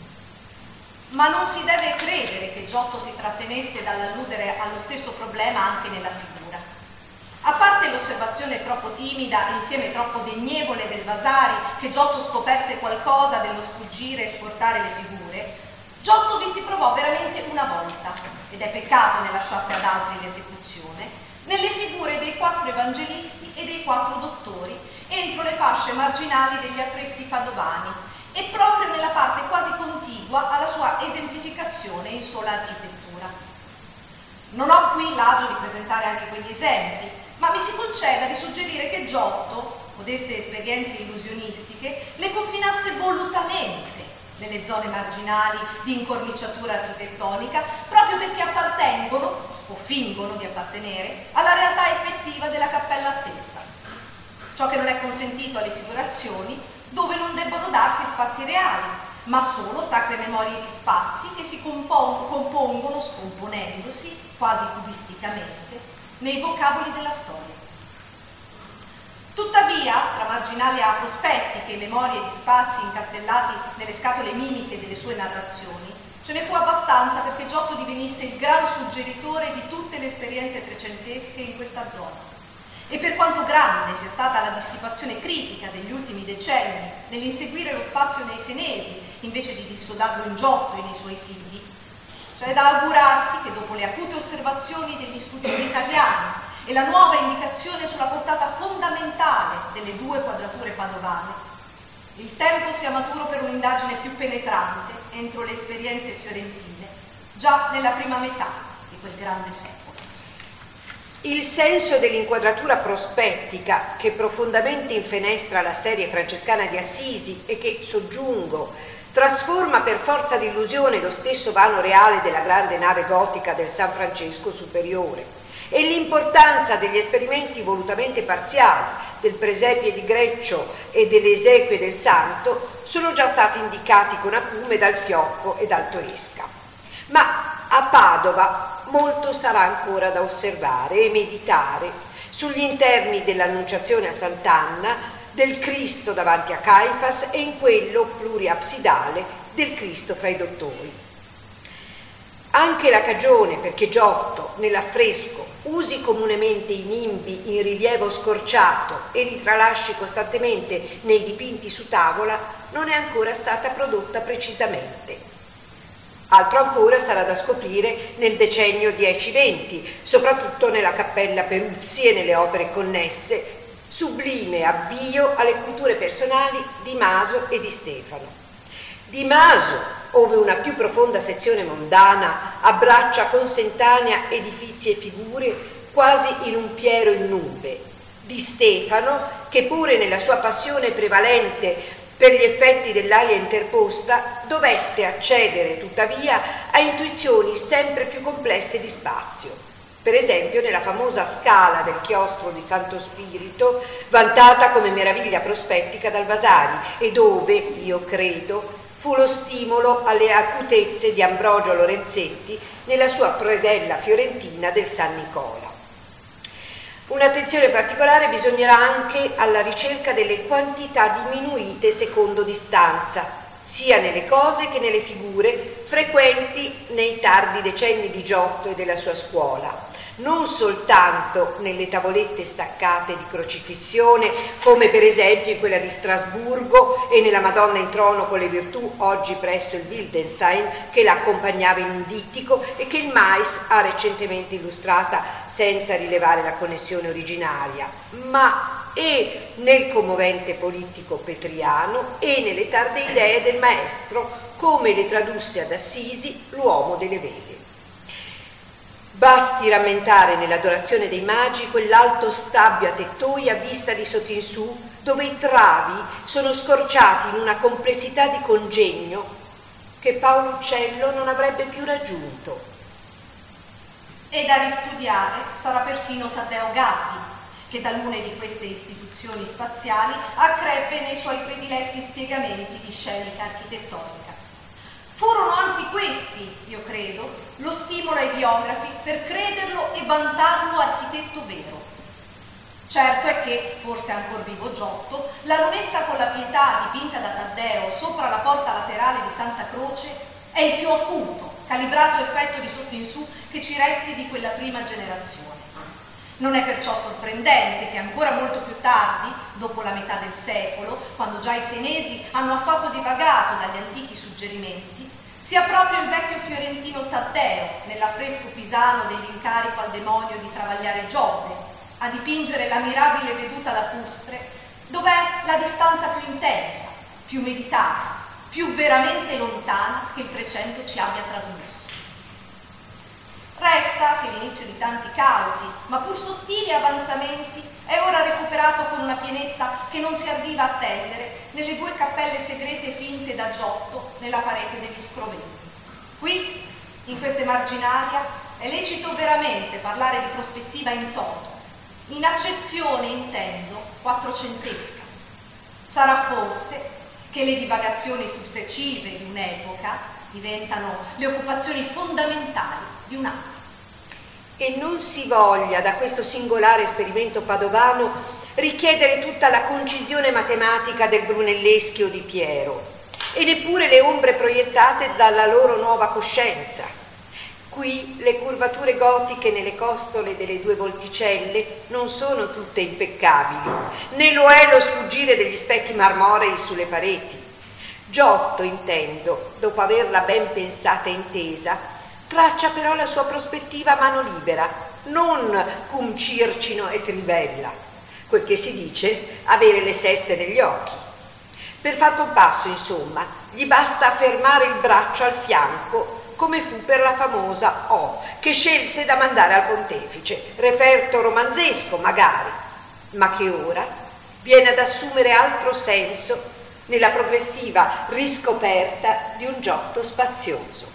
Ma non si deve credere che Giotto si trattenesse dall'alludere allo stesso problema anche nella figura. A parte l'osservazione troppo timida e insieme troppo degnevole del Vasari che Giotto scoperse qualcosa dello sfuggire e sportare le figure, Giotto vi si provò veramente una volta, ed è peccato ne lasciasse ad altri l'esecuzione, nelle figure dei quattro evangelisti e dei quattro dottori entro le fasce marginali degli affreschi padovani e proprio nella parte quasi contigua alla sua esemplificazione in sola architettura. Non ho qui l'agio di presentare anche quegli esempi, ma mi si conceda di suggerire che Giotto, codeste esperienze illusionistiche, le confinasse volutamente nelle zone marginali di incorniciatura architettonica, proprio perché appartengono, o fingono di appartenere, alla realtà effettiva della cappella stessa. Ciò che non è consentito alle figurazioni, dove non debbono darsi spazi reali, ma solo sacre memorie di spazi che si compon- compongono, scomponendosi, quasi cubisticamente, nei vocaboli della storia. Tuttavia, tra marginali a prospettiche e memorie di spazi incastellati nelle scatole mimiche delle sue narrazioni, ce ne fu abbastanza perché Giotto divenisse il gran suggeritore di tutte le esperienze trecentesche in questa zona. E per quanto grande sia stata la dissipazione critica degli ultimi decenni nell'inseguire lo spazio nei senesi invece di dissodarlo in Giotto e nei suoi figli, c'è da augurarsi che dopo le acute osservazioni degli studiosi italiani e la nuova indicazione sulla portata fondamentale delle due quadrature padovane, il tempo sia maturo per un'indagine più penetrante entro le esperienze fiorentine, già nella prima metà di quel grande secolo. Il senso dell'inquadratura prospettica che profondamente infenestra la serie francescana di Assisi e che, soggiungo, trasforma per forza di illusione lo stesso vano reale della grande nave gotica del San Francesco Superiore, e l'importanza degli esperimenti volutamente parziali del presepio di Greccio e delle esequie del Santo sono già stati indicati con acume dal Fiocco e dal Toesca. Ma a Padova molto sarà ancora da osservare e meditare sugli interni dell'Annunciazione a Sant'Anna, del Cristo davanti a Caifas e in quello pluriapsidale del Cristo fra i dottori. Anche la cagione perché Giotto nell'affresco usi comunemente i nimbi in rilievo scorciato e li tralasci costantemente nei dipinti su tavola non è ancora stata prodotta precisamente. Altro ancora sarà da scoprire nel decennio dieci venti, soprattutto nella Cappella Peruzzi e nelle opere connesse, sublime avvio alle culture personali di Maso e di Stefano. Di Maso, ove una più profonda sezione mondana abbraccia consentanea edifizi e figure quasi in un Piero in nube. Di Stefano, che pure nella sua passione prevalente per gli effetti dell'aria interposta, dovette accedere tuttavia a intuizioni sempre più complesse di spazio. Per esempio nella famosa scala del chiostro di Santo Spirito, vantata come meraviglia prospettica dal Vasari, e dove, io credo, fu lo stimolo alle acutezze di Ambrogio Lorenzetti nella sua predella fiorentina del San Nicola. Un'attenzione particolare bisognerà anche alla ricerca delle quantità diminuite secondo distanza, sia nelle cose che nelle figure, frequenti nei tardi decenni di Giotto e della sua scuola, non soltanto nelle tavolette staccate di crocifissione, come per esempio in quella di Strasburgo e nella Madonna in trono con le virtù, oggi presso il Wildenstein, che la accompagnava in un dittico e che il Mais ha recentemente illustrata senza rilevare la connessione originaria, ma e nel commovente politico petriano e nelle tarde idee del maestro, come le tradusse ad Assisi l'uomo delle vele. Basti rammentare nell'adorazione dei magi quell'alto stabbio a tettoia vista di sotto in su, dove i travi sono scorciati in una complessità di congegno che Paolo Uccello non avrebbe più raggiunto. E da ristudiare sarà persino Taddeo Gaddi, che talune di queste istituzioni spaziali accrebbe nei suoi prediletti spiegamenti di scenica architettonica. Furono anzi questi, io credo, lo stimolo ai biografi per crederlo e vantarlo architetto vero. Certo è che, forse ancor vivo Giotto, la lunetta con la Pietà dipinta da Taddeo sopra la porta laterale di Santa Croce è il più acuto, calibrato effetto di sotto in su che ci resti di quella prima generazione. Non è perciò sorprendente che ancora molto più tardi, dopo la metà del secolo, quando già i senesi hanno affatto divagato dagli antichi suggerimenti, sia proprio il vecchio fiorentino Taddeo, nell'affresco pisano dell'incarico al demonio di travagliare Giobbe, a dipingere la mirabile veduta lacustre, dov'è la distanza più intensa, più meditata, più veramente lontana che il Trecento ci abbia trasmesso. Resta che l'inizio di tanti cauti, ma pur sottili avanzamenti, è ora recuperato con una pienezza che non si ardiva a attendere nelle due cappelle segrete finte da Giotto nella parete degli Scroventi. Qui, in queste marginaria, è lecito veramente parlare di prospettiva in toto, in accezione intendo quattrocentesca. Sarà forse che le divagazioni successive di un'epoca diventano le occupazioni fondamentali di un'altra. E non si voglia da questo singolare esperimento padovano richiedere tutta la concisione matematica del Brunelleschi o di Piero, e neppure le ombre proiettate dalla loro nuova coscienza. Qui le curvature gotiche nelle costole delle due volticelle non sono tutte impeccabili, né lo è lo sfuggire degli specchi marmorei sulle pareti. Giotto, intendo, dopo averla ben pensata e intesa, traccia però la sua prospettiva a mano libera, non cum circino et ribella, quel che si dice avere le seste negli occhi. Per far compasso, insomma, gli basta fermare il braccio al fianco, come fu per la famosa O, che scelse da mandare al pontefice, referto romanzesco magari, ma che ora viene ad assumere altro senso nella progressiva riscoperta di un Giotto spazioso.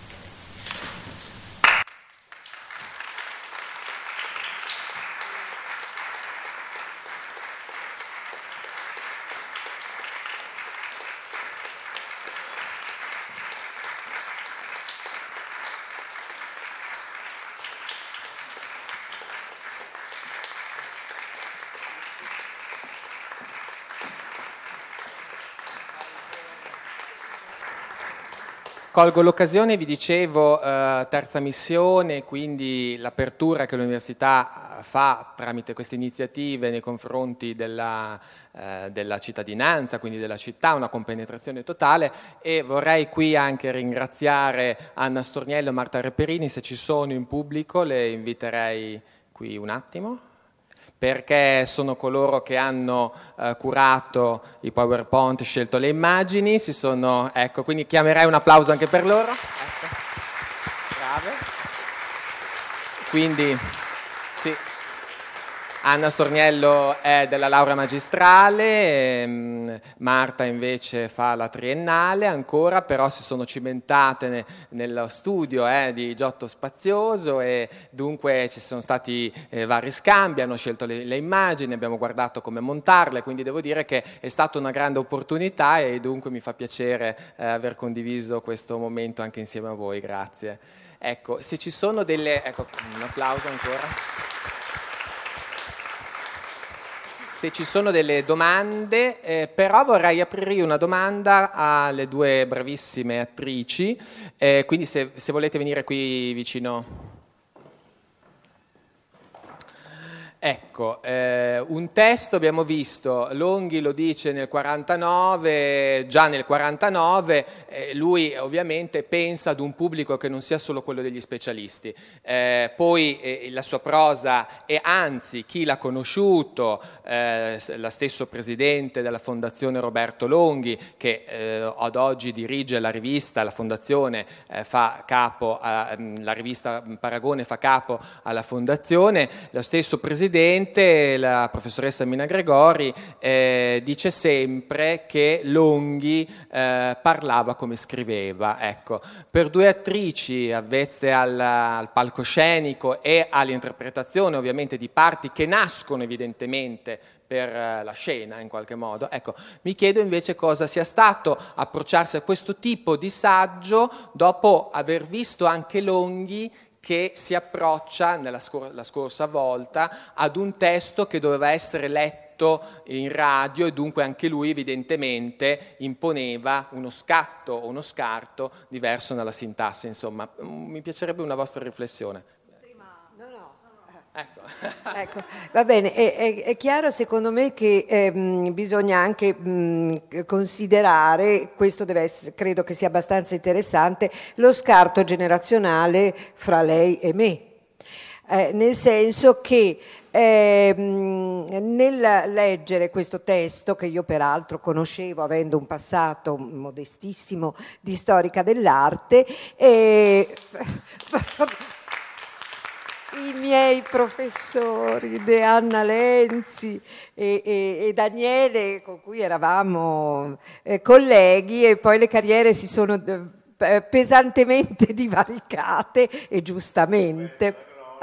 Colgo l'occasione, vi dicevo, eh, terza missione, quindi l'apertura che l'università fa tramite queste iniziative nei confronti della, eh, della cittadinanza, quindi della città, una compenetrazione totale, e vorrei qui anche ringraziare Anna Storniello e Marta Reperini. Se ci sono in pubblico le inviterei qui un attimo, perché sono coloro che hanno eh, curato i PowerPoint, scelto le immagini, si sono, ecco, quindi chiamerei un applauso anche per loro. Ecco. Brave. Quindi, sì. Anna Storniello è della laurea magistrale, ehm, Marta invece fa la triennale ancora, però si sono cimentate ne, nello studio eh, di Giotto spazioso, e dunque ci sono stati eh, vari scambi, hanno scelto le, le immagini, abbiamo guardato come montarle, quindi devo dire che è stata una grande opportunità, e dunque mi fa piacere eh, aver condiviso questo momento anche insieme a voi, grazie. Ecco, se ci sono delle... Ecco, un applauso ancora. Se ci sono delle domande, eh, però vorrei aprire una domanda alle due bravissime attrici, eh, quindi se, se volete venire qui vicino. Ecco, eh, un testo abbiamo visto, Longhi lo dice nel quarantanove, già nel quarantanove, eh, lui ovviamente pensa ad un pubblico che non sia solo quello degli specialisti, eh, poi eh, la sua prosa, e anzi chi l'ha conosciuto, eh, lo stesso presidente della Fondazione Roberto Longhi, che eh, ad oggi dirige la rivista, la Fondazione eh, fa capo, a, la rivista Paragone fa capo alla Fondazione, lo stesso presidente presidente, la professoressa Mina Gregori, eh, dice sempre che Longhi eh, parlava come scriveva. Ecco, per due attrici avvezze al, al palcoscenico e all'interpretazione ovviamente di parti che nascono evidentemente per la scena in qualche modo, ecco, mi chiedo invece cosa sia stato approcciarsi a questo tipo di saggio dopo aver visto anche Longhi che si approccia nella scor- la scorsa volta ad un testo che doveva essere letto in radio e dunque anche lui evidentemente imponeva uno scatto o uno scarto diverso nella sintassi. Insomma, mi piacerebbe una vostra riflessione. Ecco. Ecco, va bene, è, è, è chiaro secondo me che ehm, bisogna anche mh, considerare, questo deve essere, credo che sia abbastanza interessante, lo scarto generazionale fra lei e me, eh, nel senso che eh, nel leggere questo testo, che io peraltro conoscevo avendo un passato modestissimo di storica dell'arte, eh, i miei professori, De Anna Lenzi e, e, e Daniele, con cui eravamo eh, colleghi, e poi le carriere si sono eh, pesantemente divaricate, e giustamente.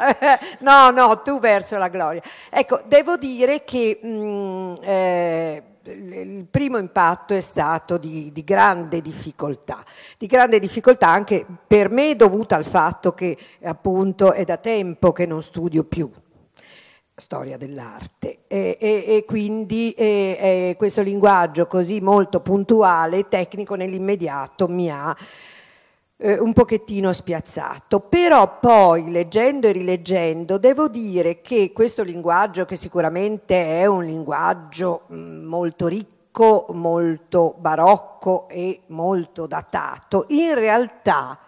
No, no, tu verso la gloria. Ecco, devo dire che mh, eh, il primo impatto è stato di, di grande difficoltà, di grande difficoltà anche per me, dovuta al fatto che appunto è da tempo che non studio più storia dell'arte e, e, e quindi e, e questo linguaggio così molto puntuale e tecnico nell'immediato mi ha eh, un pochettino spiazzato, però poi leggendo e rileggendo devo dire che questo linguaggio, che sicuramente è un linguaggio mh, molto ricco, molto barocco e molto datato, in realtà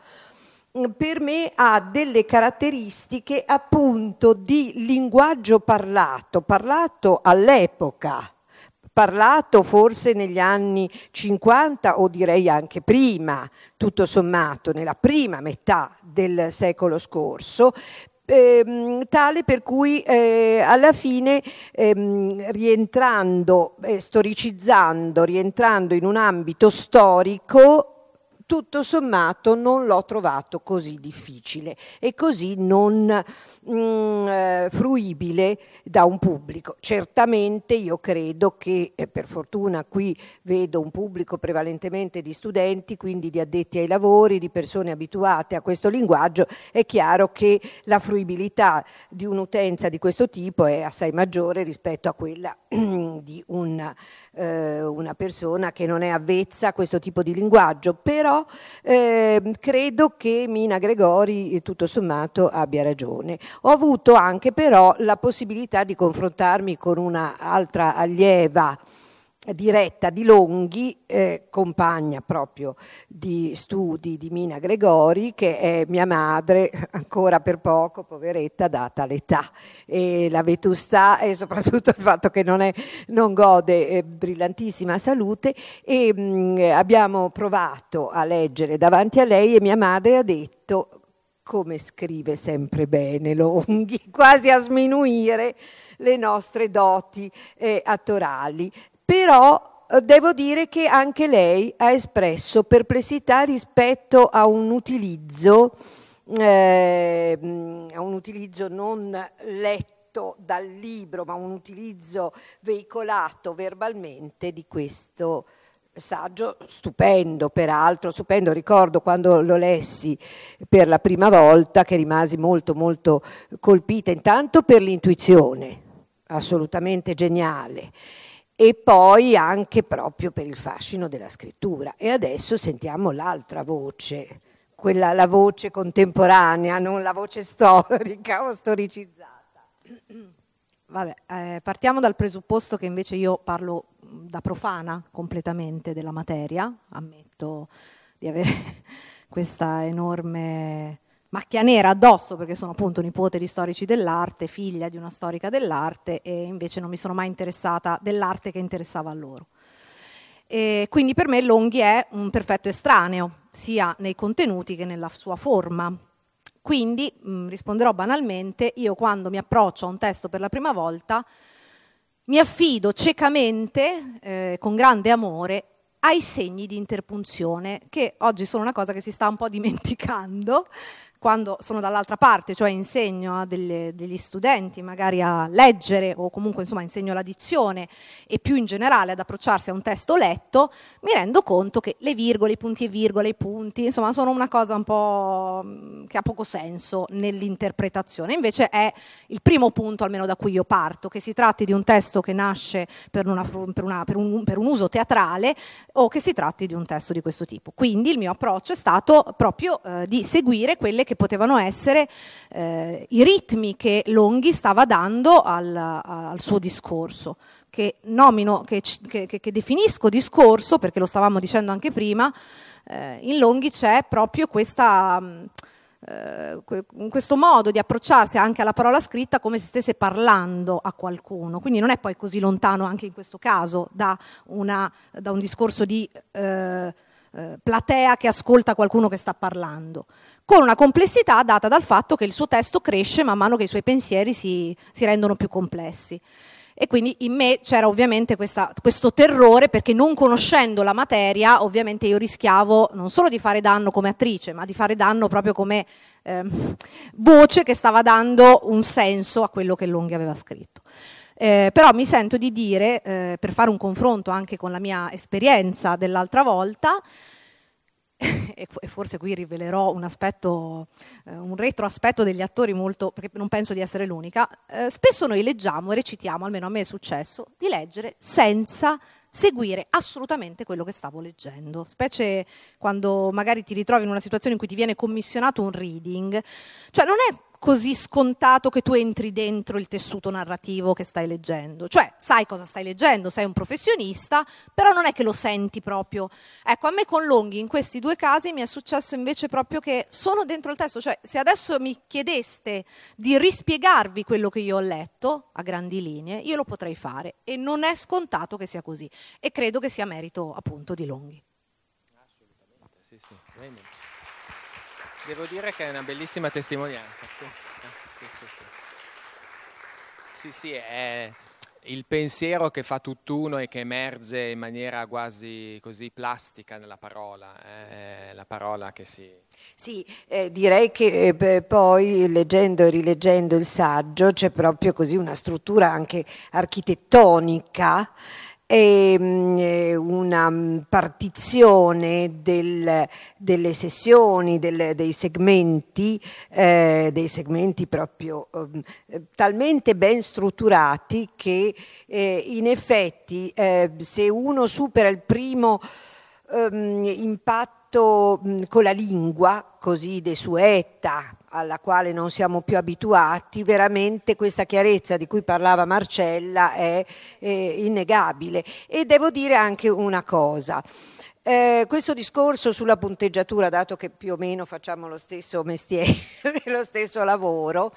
per me ha delle caratteristiche appunto di linguaggio parlato, parlato all'epoca, parlato forse negli anni cinquanta o direi anche prima, tutto sommato nella prima metà del secolo scorso, ehm, tale per cui eh, alla fine ehm, rientrando, eh, storicizzando, rientrando in un ambito storico, tutto sommato non l'ho trovato così difficile e così non mh, eh, fruibile da un pubblico. Certamente io credo che, eh, per fortuna qui vedo un pubblico prevalentemente di studenti, quindi di addetti ai lavori, di persone abituate a questo linguaggio, è chiaro che la fruibilità di un'utenza di questo tipo è assai maggiore rispetto a quella di una, eh, una persona che non è avvezza a questo tipo di linguaggio, però Eh, credo che Mina Gregori tutto sommato abbia ragione. Ho avuto anche però la possibilità di confrontarmi con una altra allieva diretta di Longhi, eh, compagna proprio di studi di Mina Gregori, che è mia madre, ancora per poco, poveretta, data l'età e la vetustà e soprattutto il fatto che non, è, non gode eh, brillantissima salute, e mh, abbiamo provato a leggere davanti a lei e mia madre ha detto: come scrive sempre bene Longhi, quasi a sminuire le nostre doti eh, attorali. Però devo dire che anche lei ha espresso perplessità rispetto a un utilizzo, eh, a un utilizzo non letto dal libro, ma un utilizzo veicolato verbalmente di questo saggio stupendo, peraltro stupendo. Ricordo quando lo lessi per la prima volta che rimasi molto molto colpita, intanto per l'intuizione assolutamente geniale, e poi anche proprio per il fascino della scrittura. E adesso sentiamo l'altra voce, quella, la voce contemporanea, non la voce storica o storicizzata. Vabbè, eh, partiamo dal presupposto che invece io parlo da profana completamente della materia, ammetto di avere questa enorme macchia nera addosso perché sono appunto nipote di storici dell'arte, figlia di una storica dell'arte, e invece non mi sono mai interessata dell'arte che interessava a loro. E quindi per me Longhi è un perfetto estraneo, sia nei contenuti che nella sua forma. Quindi mh, risponderò banalmente: io quando mi approccio a un testo per la prima volta mi affido ciecamente, eh, con grande amore, ai segni di interpunzione, che oggi sono una cosa che si sta un po' dimenticando quando sono dall'altra parte, cioè insegno a delle, degli studenti magari a leggere, o comunque insomma insegno la dizione e più in generale ad approcciarsi a un testo letto, mi rendo conto che le virgole, i punti e virgole, i punti, insomma sono una cosa un po' che ha poco senso nell'interpretazione. Invece è il primo punto almeno da cui io parto, che si tratti di un testo che nasce per, una, per, una, per, un, per un uso teatrale o che si tratti di un testo di questo tipo. Quindi il mio approccio è stato proprio eh, di seguire quelle che potevano essere eh, i ritmi che Longhi stava dando al, al suo discorso, che nomino, che, che, che definisco discorso, perché lo stavamo dicendo anche prima. Eh, in Longhi c'è proprio questa, eh, questo modo di approcciarsi anche alla parola scritta come se stesse parlando a qualcuno, quindi non è poi così lontano anche in questo caso da, una, da un discorso di eh, eh, platea che ascolta qualcuno che sta parlando, con una complessità data dal fatto che il suo testo cresce man mano che i suoi pensieri si, si rendono più complessi. E quindi in me c'era ovviamente questa, questo terrore, perché non conoscendo la materia ovviamente io rischiavo non solo di fare danno come attrice, ma di fare danno proprio come eh, voce che stava dando un senso a quello che Longhi aveva scritto. Eh, però mi sento di dire, eh, per fare un confronto anche con la mia esperienza dell'altra volta, e forse qui rivelerò un aspetto, eh, un retroaspetto degli attori molto, perché non penso di essere l'unica, eh, spesso noi leggiamo e recitiamo, almeno a me è successo, di leggere senza seguire assolutamente quello che stavo leggendo, specie quando magari ti ritrovi in una situazione in cui ti viene commissionato un reading, cioè non è così scontato che tu entri dentro il tessuto narrativo che stai leggendo, cioè sai cosa stai leggendo, sei un professionista, però non è che lo senti proprio. Ecco, a me con Longhi in questi due casi mi è successo invece proprio che sono dentro il testo, cioè se adesso mi chiedeste di rispiegarvi quello che io ho letto a grandi linee, io lo potrei fare, e non è scontato che sia così, e credo che sia merito appunto di Longhi. Assolutamente, sì, sì. Bene. Devo dire che è una bellissima testimonianza. Sì, sì, sì, sì. Sì, sì, è il pensiero che fa tutt'uno e che emerge in maniera quasi così plastica nella parola, è la parola che si... Sì, eh, direi che eh, poi leggendo e rileggendo il saggio c'è proprio così una struttura anche architettonica e una partizione del, delle sessioni, del, dei segmenti, eh, dei segmenti proprio eh, talmente ben strutturati che eh, in effetti eh, se uno supera il primo eh, impatto mh, con la lingua, così desueta, alla quale non siamo più abituati, veramente questa chiarezza di cui parlava Marcella è, è innegabile. E devo dire anche una cosa, eh, questo discorso sulla punteggiatura, dato che più o meno facciamo lo stesso mestiere, lo stesso lavoro,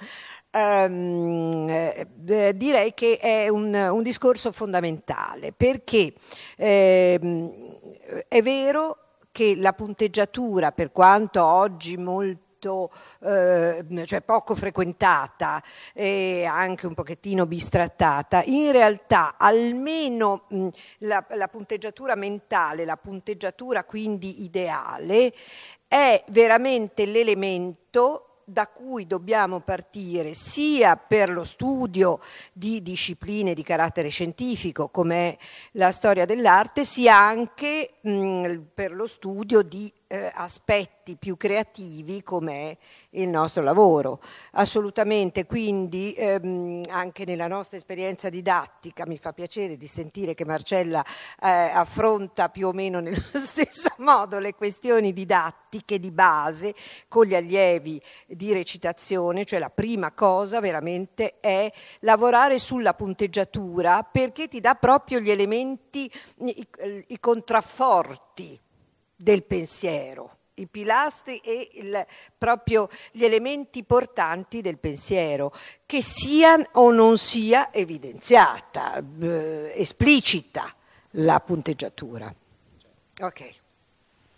ehm, eh, direi che è un, un discorso fondamentale, perché ehm, è vero che la punteggiatura, per quanto oggi molto Eh, cioè poco frequentata e anche un pochettino bistrattata, in realtà almeno mh, la, la punteggiatura mentale, la punteggiatura quindi ideale, è veramente l'elemento da cui dobbiamo partire sia per lo studio di discipline di carattere scientifico come la storia dell'arte, sia anche mh, per lo studio di eh, aspetti più creativi come il nostro lavoro. Assolutamente, quindi ehm, anche nella nostra esperienza didattica mi fa piacere di sentire che Marcella eh, affronta più o meno nello stesso modo le questioni didattiche di base con gli allievi di recitazione, cioè la prima cosa veramente è lavorare sulla punteggiatura, perché ti dà proprio gli elementi, i, i contrafforti del pensiero, i pilastri e il, proprio gli elementi portanti del pensiero, che sia o non sia evidenziata, eh, esplicita la punteggiatura. Ok.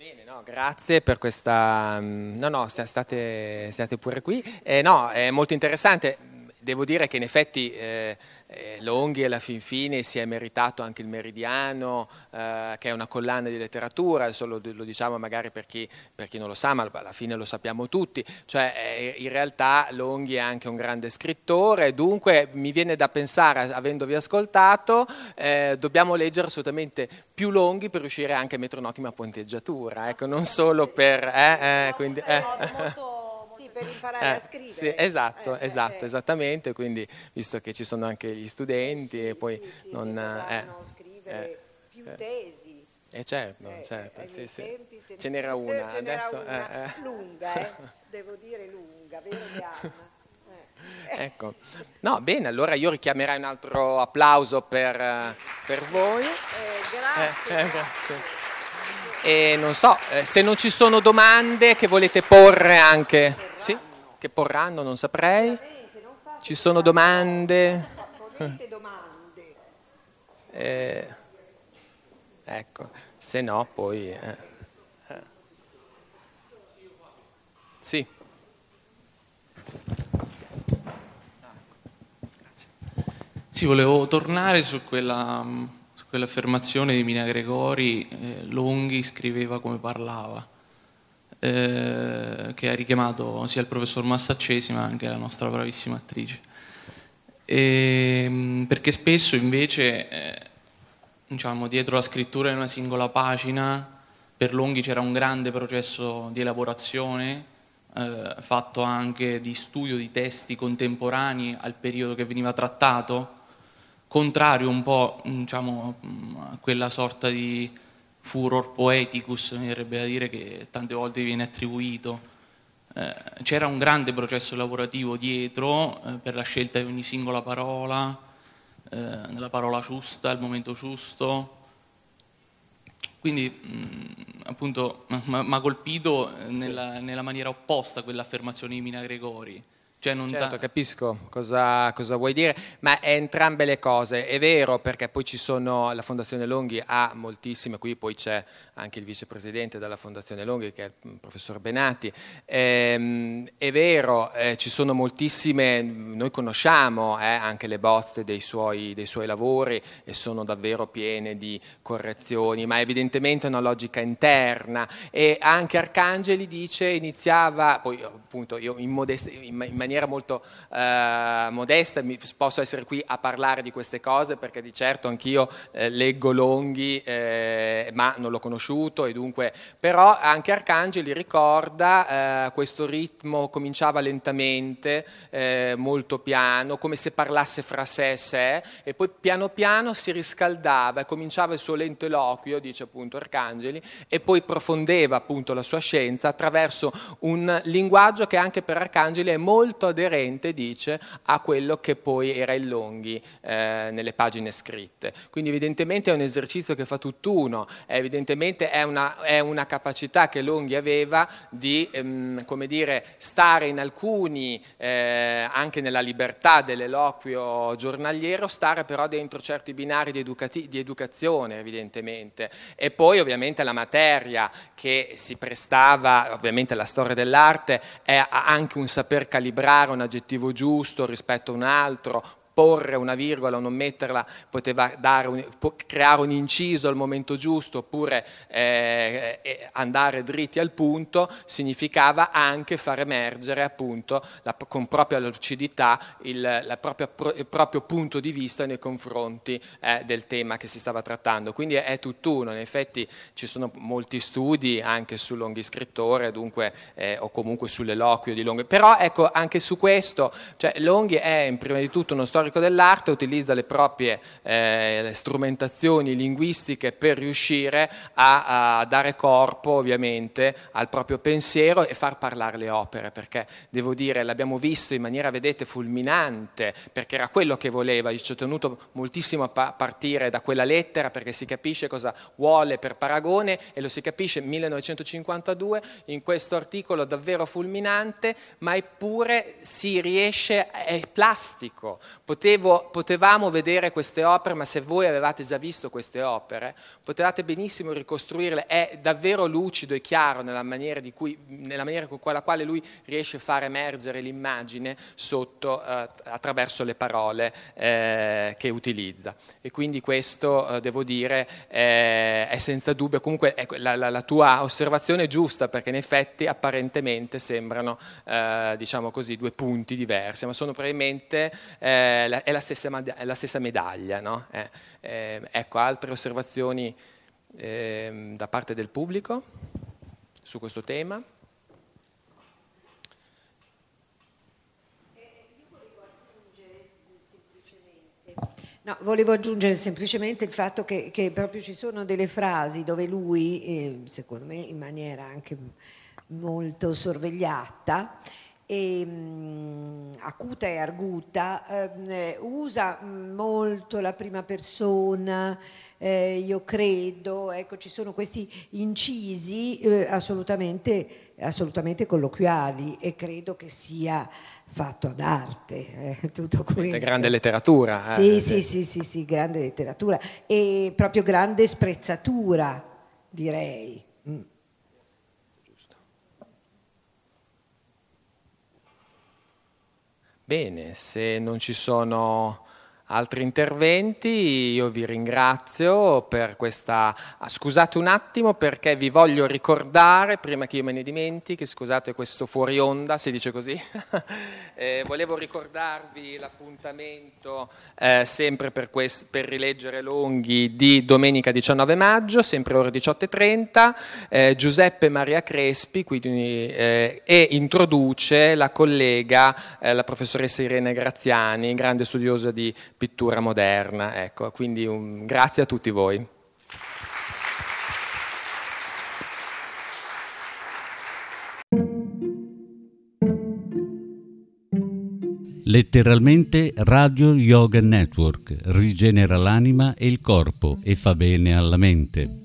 Bene, no, grazie per questa... No, no, state, state pure qui. Eh, no, è molto interessante. Devo dire che in effetti eh, eh, Longhi alla fin fine si è meritato anche il Meridiano, eh, che è una collana di letteratura, adesso lo, lo diciamo magari per chi, per chi non lo sa, ma alla fine lo sappiamo tutti, cioè eh, in realtà Longhi è anche un grande scrittore, dunque mi viene da pensare, avendovi ascoltato, eh, dobbiamo leggere assolutamente più Longhi per riuscire anche a mettere un'ottima punteggiatura, ecco, non solo per... Eh, eh, quindi, eh. per imparare eh, a scrivere. Sì, esatto, eh, esatto, eh. esattamente, quindi visto che ci sono anche gli studenti sì, e poi sì, sì, non... che Eh, scrivere eh, più eh. tesi. Eh certo, Eh, certo, ai sì, miei sì. tempi se Ce ne- n'era una, ce n'era adesso... una eh, eh. lunga, eh, devo dire lunga, vero Diana? Eh. Ecco, no, bene, allora io richiamerei un altro applauso per, eh, per voi. Eh, grazie, Eh, eh, grazie. E non so, eh, se non ci sono domande che volete porre anche... Sì? Che porranno, non saprei. Ci sono domande? Ponete domande. Eh, ecco, se no poi... eh. Sì. Sì, volevo tornare su quella, su quell'affermazione di Mina Gregori, eh, Longhi scriveva come parlava, eh, che ha richiamato sia il professor Massaccesi ma anche la nostra bravissima attrice. E, perché spesso invece, eh, diciamo, dietro la scrittura di una singola pagina, per Longhi c'era un grande processo di elaborazione, eh, fatto anche di studio di testi contemporanei al periodo che veniva trattato, contrario un po', diciamo, a quella sorta di furor poeticus, mi verrebbe da dire, che tante volte viene attribuito. Eh, c'era un grande processo lavorativo dietro, eh, per la scelta di ogni singola parola, eh, della parola giusta, al momento giusto. Quindi, mh, appunto, mi ha colpito nella, nella maniera opposta quell'affermazione di Mina Gregori. Cioè non Certo, da... capisco cosa, cosa vuoi dire, ma è entrambe le cose. È vero, perché poi ci sono, la Fondazione Longhi ha moltissime, qui poi c'è anche il vicepresidente della Fondazione Longhi, che è il professor Benati. Ehm, è vero, eh, ci sono moltissime, noi conosciamo eh, anche le bozze dei suoi, dei suoi lavori e sono davvero piene di correzioni, ma evidentemente è una logica interna. E anche Arcangeli dice, iniziava, poi appunto io in, modest- in maniera molto eh, modesta mi posso essere qui a parlare di queste cose, perché di certo anch'io eh, leggo Longhi, eh, ma non l'ho conosciuto, e dunque, però anche Arcangeli ricorda eh, questo ritmo, cominciava lentamente, eh, molto piano, come se parlasse fra sé e sé, e poi piano piano si riscaldava e cominciava il suo lento eloquio, dice appunto Arcangeli, e poi profondeva appunto la sua scienza attraverso un linguaggio che anche per Arcangeli è molto aderente, dice, a quello che poi era il Longhi eh, nelle pagine scritte. Quindi evidentemente è un esercizio che fa tutt'uno, evidentemente è una, è una capacità che Longhi aveva di, ehm, come dire, stare in alcuni, eh, anche nella libertà dell'eloquio giornaliero, stare però dentro certi binari di, educati- di educazione, evidentemente. E poi ovviamente la materia che si prestava, ovviamente la storia dell'arte, è anche un saper calibrare un aggettivo giusto rispetto a un altro, porre una virgola o non metterla, poteva dare un, creare un inciso al momento giusto, oppure eh, eh, andare dritti al punto, significava anche far emergere appunto la, con propria lucidità il, la propria, il proprio punto di vista nei confronti eh, del tema che si stava trattando. Quindi è, è tutt'uno, in effetti ci sono molti studi anche su Longhi scrittore, dunque, eh, o comunque sull'eloquio di Longhi, però ecco, anche su questo, cioè Longhi è prima di tutto uno storico dell'arte, utilizza le proprie eh, strumentazioni linguistiche per riuscire a, a dare corpo ovviamente al proprio pensiero e far parlare le opere, perché devo dire, l'abbiamo visto in maniera, vedete, fulminante, perché era quello che voleva. Io ci ho tenuto moltissimo a pa- partire da quella lettera, perché si capisce cosa vuole per paragone, e lo si capisce millenovecentocinquantadue in questo articolo davvero fulminante, ma eppure si riesce, è plastico. potevo, potevamo vedere queste opere, ma se voi avevate già visto queste opere, potevate benissimo ricostruirle. È davvero lucido e chiaro nella maniera, di cui, nella maniera con la quale lui riesce a far emergere l'immagine sotto, eh, attraverso le parole eh, che utilizza. E quindi questo, eh, devo dire, eh, è senza dubbio, comunque ecco, la, la, la tua osservazione è giusta, perché in effetti apparentemente sembrano, eh, diciamo così, due punti diversi, ma sono probabilmente, eh, la, è, la stessa, è la stessa medaglia, no? Eh, eh, ecco, altre osservazioni eh, da parte del pubblico su questo tema? No, volevo aggiungere semplicemente il fatto che, che proprio ci sono delle frasi dove lui, eh, secondo me in maniera anche molto sorvegliata, e, mh, acuta e arguta, eh, usa molto la prima persona, eh, io credo, ecco, ci sono questi incisi eh, assolutamente, assolutamente colloquiali, e credo che sia fatto ad arte, eh, tutto questo. Grande letteratura. Sì, eh, sì, sì, sì, sì, grande letteratura e proprio grande sprezzatura, direi. Mm. Giusto. Bene, se non ci sono altri interventi, io vi ringrazio per questa... Ah, scusate un attimo, perché vi voglio ricordare, prima che io me ne dimentichi, scusate questo fuori onda, si dice così, eh, volevo ricordarvi l'appuntamento eh, sempre per, quest- per rileggere Longhi di domenica diciannove maggio, sempre ore diciotto e trenta, eh, Giuseppe Maria Crespi, quindi, eh, e introduce la collega, eh, la professoressa Irene Graziani, grande studiosa di pittura moderna, ecco, quindi un grazie a tutti voi. Letteralmente Radio Yoga Network rigenera l'anima e il corpo e fa bene alla mente.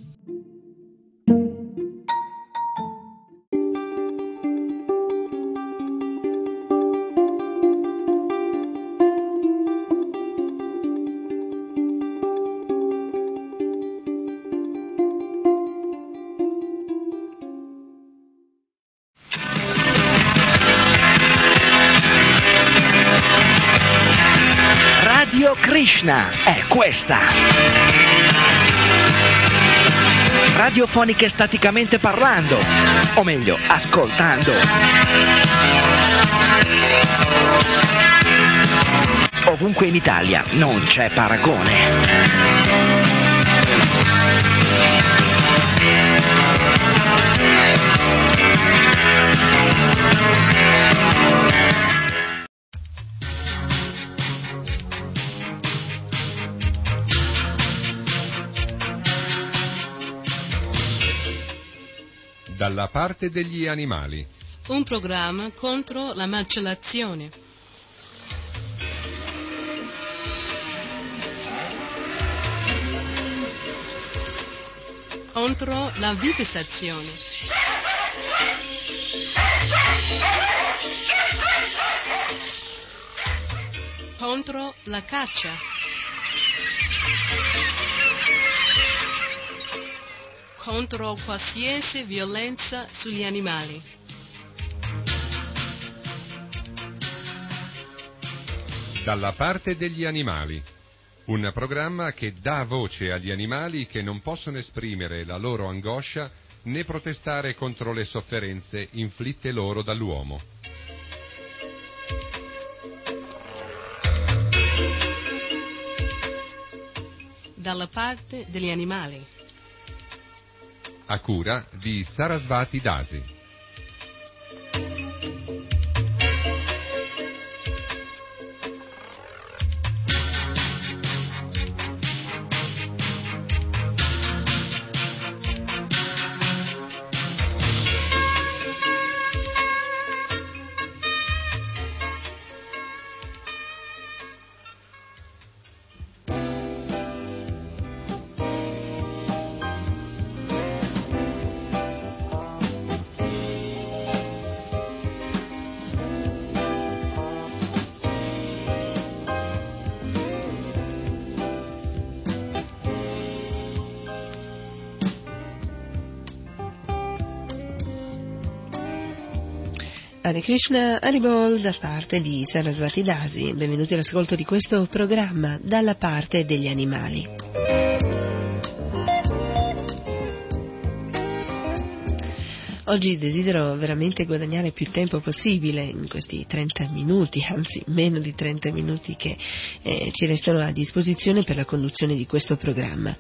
Krishna è questa. Radiofoniche staticamente parlando, o meglio, ascoltando. Ovunque in Italia non c'è paragone. Dalla parte degli animali. Un programma contro la macellazione. Contro la vivisezione. Contro la caccia. Contro qualsiasi violenza sugli animali. Dalla parte degli animali. Un programma che dà voce agli animali che non possono esprimere la loro angoscia né protestare contro le sofferenze inflitte loro dall'uomo. Dalla parte degli animali. A cura di Sarasvati Dasi. Hare Krishna, Haribol da parte di Sarasvati Dasi. Benvenuti all'ascolto di questo programma Dalla parte degli animali. Oggi desidero veramente guadagnare più tempo possibile in questi trenta minuti, anzi meno di trenta minuti che eh, ci restano a disposizione per la conduzione di questo programma.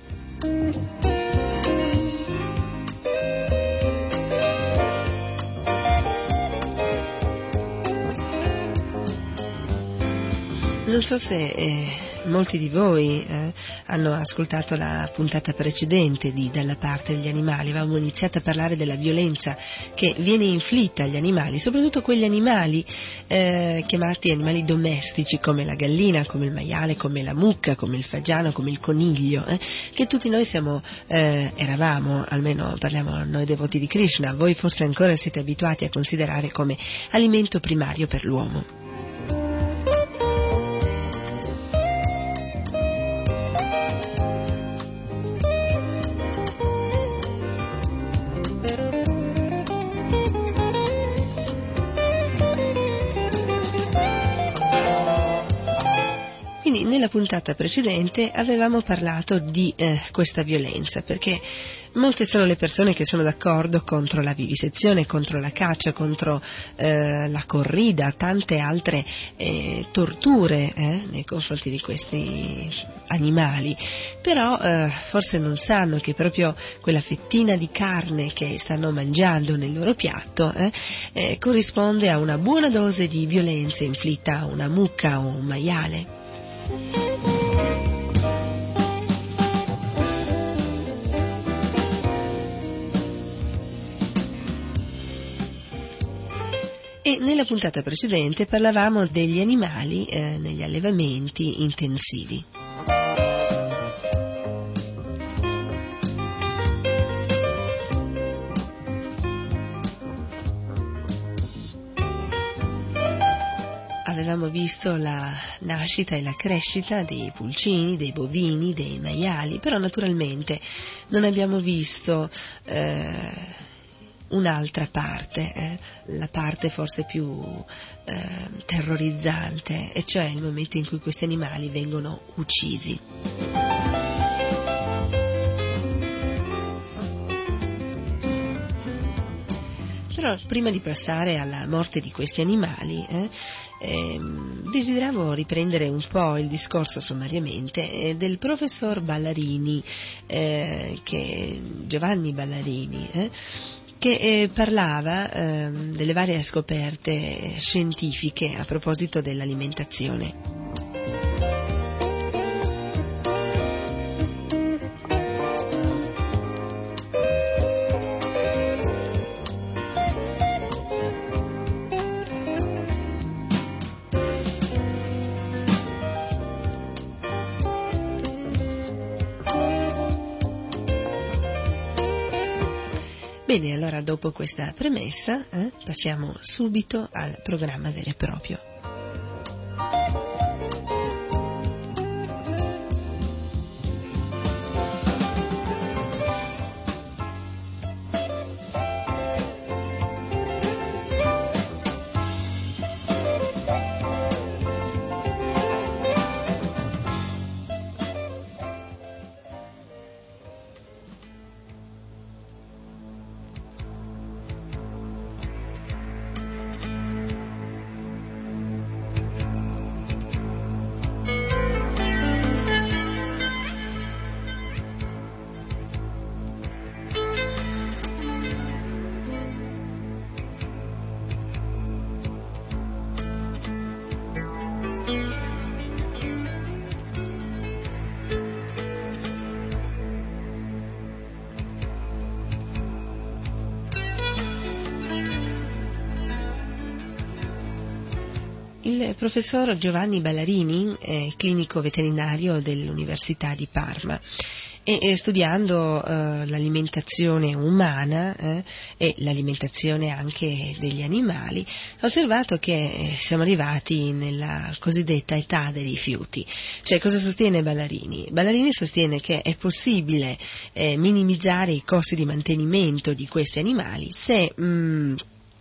Non so se eh, molti di voi eh, hanno ascoltato la puntata precedente di Dalla parte degli animali. Avevamo iniziato a parlare della violenza che viene inflitta agli animali, soprattutto quegli animali eh, chiamati animali domestici, come la gallina, come il maiale, come la mucca, come il fagiano, come il coniglio, eh, che tutti noi siamo, eh, eravamo, almeno parliamo noi devoti di Krishna, voi forse ancora siete abituati a considerare come alimento primario per l'uomo. Nella puntata precedente avevamo parlato di eh, questa violenza, perché molte sono le persone che sono d'accordo contro la vivisezione, contro la caccia, contro eh, la corrida, tante altre eh, torture eh, nei confronti di questi animali, però eh, forse non sanno che proprio quella fettina di carne che stanno mangiando nel loro piatto eh, eh, corrisponde a una buona dose di violenza inflitta a una mucca o un maiale. E nella puntata precedente parlavamo degli animali eh, negli allevamenti intensivi. Avevamo visto la nascita e la crescita dei pulcini, dei bovini, dei maiali, però naturalmente non abbiamo visto eh, un'altra parte, eh, la parte forse più eh, terrorizzante, e cioè il momento in cui questi animali vengono uccisi. Però prima di passare alla morte di questi animali, eh, eh, desideravo riprendere un po' il discorso sommariamente eh, del professor Ballarini, eh, che, Giovanni Ballarini, eh, che eh, parlava eh, delle varie scoperte scientifiche a proposito dell'alimentazione. Bene, allora dopo questa premessa eh, passiamo subito al programma vero e proprio. Il professor Giovanni Ballarini è clinico veterinario dell'Università di Parma e, e studiando eh, l'alimentazione umana eh, e l'alimentazione anche degli animali ha osservato che eh, siamo arrivati nella cosiddetta età dei rifiuti. Cioè, cosa sostiene Ballarini? Ballarini sostiene che è possibile eh, minimizzare i costi di mantenimento di questi animali se mh,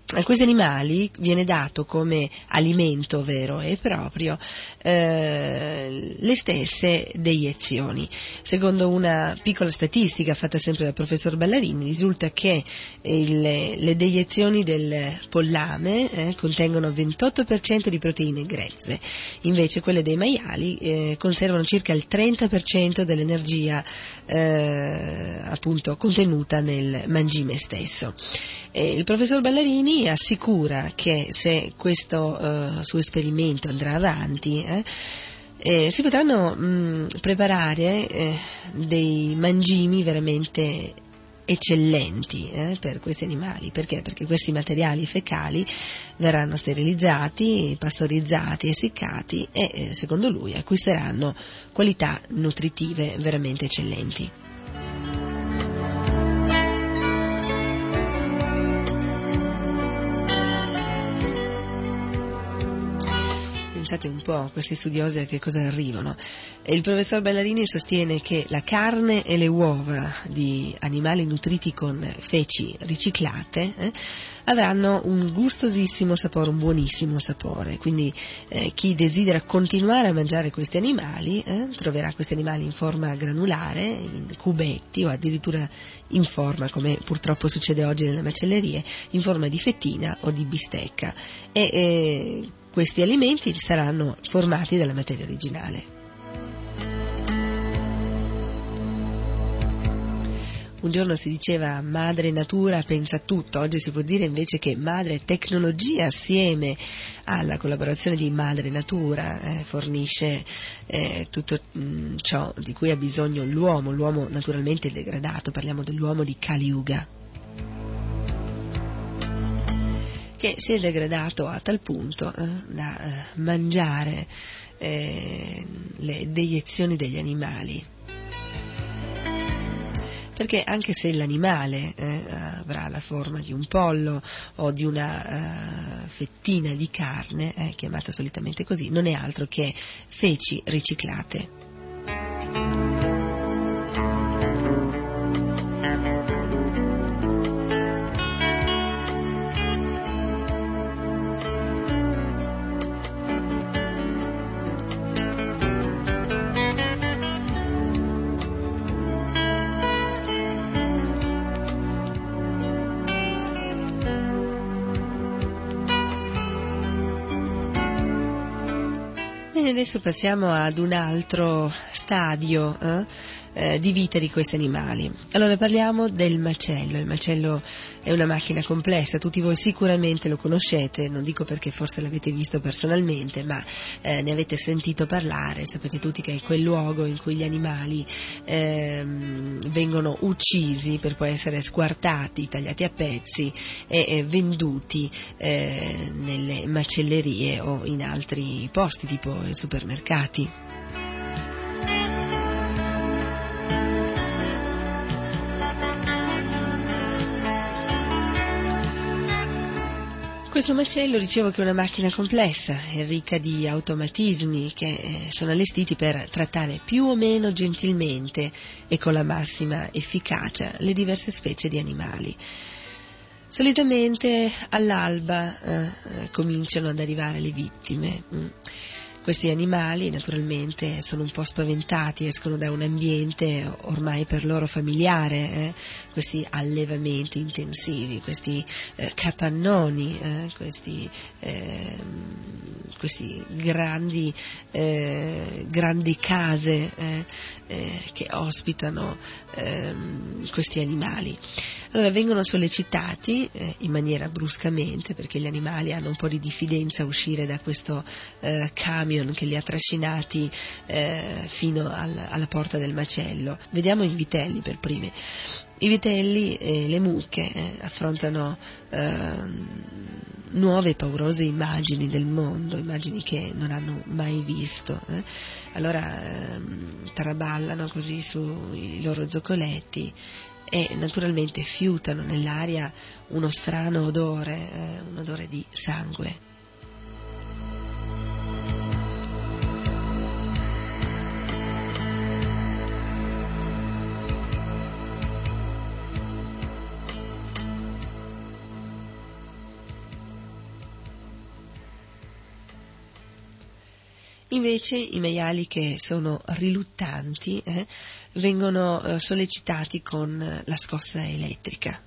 a questi animali viene dato come alimento vero e proprio eh, le stesse deiezioni. Secondo una piccola statistica fatta sempre dal professor Ballarini, risulta che il, le deiezioni del pollame eh, contengono ventotto per cento di proteine grezze, invece quelle dei maiali eh, conservano circa il trenta per cento dell'energia eh, appunto contenuta nel mangime stesso. E il professor Ballarini assicura che se questo uh, suo esperimento andrà avanti eh, eh, si potranno mh, preparare eh, dei mangimi veramente eccellenti eh, per questi animali. Perché? Perché questi materiali fecali verranno sterilizzati, pastorizzati, essiccati e eh, secondo lui acquisteranno qualità nutritive veramente eccellenti. Pensate un po' a questi studiosi a che cosa arrivano. Il professor Ballarini sostiene che la carne e le uova di animali nutriti con feci riciclate eh, avranno un gustosissimo sapore, un buonissimo sapore, quindi eh, chi desidera continuare a mangiare questi animali eh, troverà questi animali in forma granulare, in cubetti o addirittura in forma, come purtroppo succede oggi nelle macellerie, in forma di fettina o di bistecca e eh, questi alimenti saranno formati dalla materia originale. Un giorno si diceva madre natura pensa a tutto, oggi si può dire invece che madre tecnologia assieme alla collaborazione di madre natura eh, fornisce eh, tutto mh, ciò di cui ha bisogno l'uomo, l'uomo naturalmente degradato, parliamo dell'uomo di Kali Yuga, che si è degradato a tal punto eh, da eh, mangiare eh, le deiezioni degli animali. Perché anche se l'animale eh, avrà la forma di un pollo o di una uh, fettina di carne, eh, chiamata solitamente così, non è altro che feci riciclate. Adesso passiamo ad un altro stadio eh, eh, di vita di questi animali. Allora parliamo del macello. Il macello è una macchina complessa, tutti voi sicuramente lo conoscete, non dico perché forse l'avete visto personalmente, ma eh, ne avete sentito parlare, sapete tutti che è quel luogo in cui gli animali eh, vengono uccisi per poi essere squartati, tagliati a pezzi e, e venduti eh, nelle macellerie o in altri posti tipo i supermercati. Questo macello, dicevo che è una macchina complessa, è ricca di automatismi che eh, sono allestiti per trattare più o meno gentilmente e con la massima efficacia le diverse specie di animali. Solitamente all'alba eh, cominciano ad arrivare le vittime. Mm. Questi animali naturalmente sono un po' spaventati, escono da un ambiente ormai per loro familiare, eh, questi allevamenti intensivi, questi eh, capannoni, eh, questi, eh, questi grandi, eh, grandi case eh, eh, che ospitano eh, questi animali. Allora vengono sollecitati eh, in maniera bruscamente, perché gli animali hanno un po' di diffidenza a uscire da questo eh, camion che li ha trascinati eh, fino al, alla porta del macello. Vediamo i vitelli per primi. I vitelli e le mucche eh, affrontano eh, nuove paurose immagini del mondo, immagini che non hanno mai visto. Eh. Allora eh, traballano così sui loro zoccoletti e naturalmente fiutano nell'aria uno strano odore, eh, un odore di sangue. Invece i maiali che sono riluttanti eh, vengono eh, sollecitati con la scossa elettrica.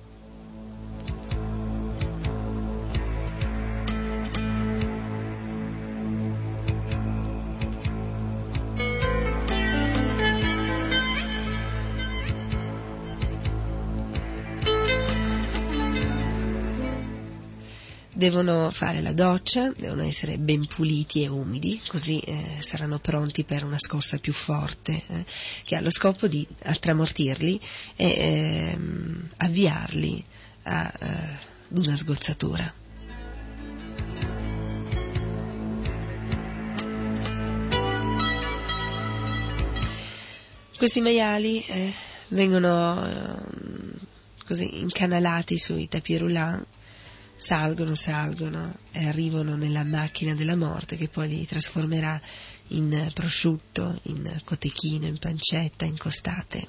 Devono fare la doccia, devono essere ben puliti e umidi, così eh, saranno pronti per una scossa più forte, eh, che ha lo scopo di tramortirli e eh, avviarli a, eh, ad una sgozzatura. Questi maiali eh, vengono eh, così incanalati sui tapis roulant, salgono, salgono e arrivano nella macchina della morte che poi li trasformerà in prosciutto, in cotechino, in pancetta, in costate.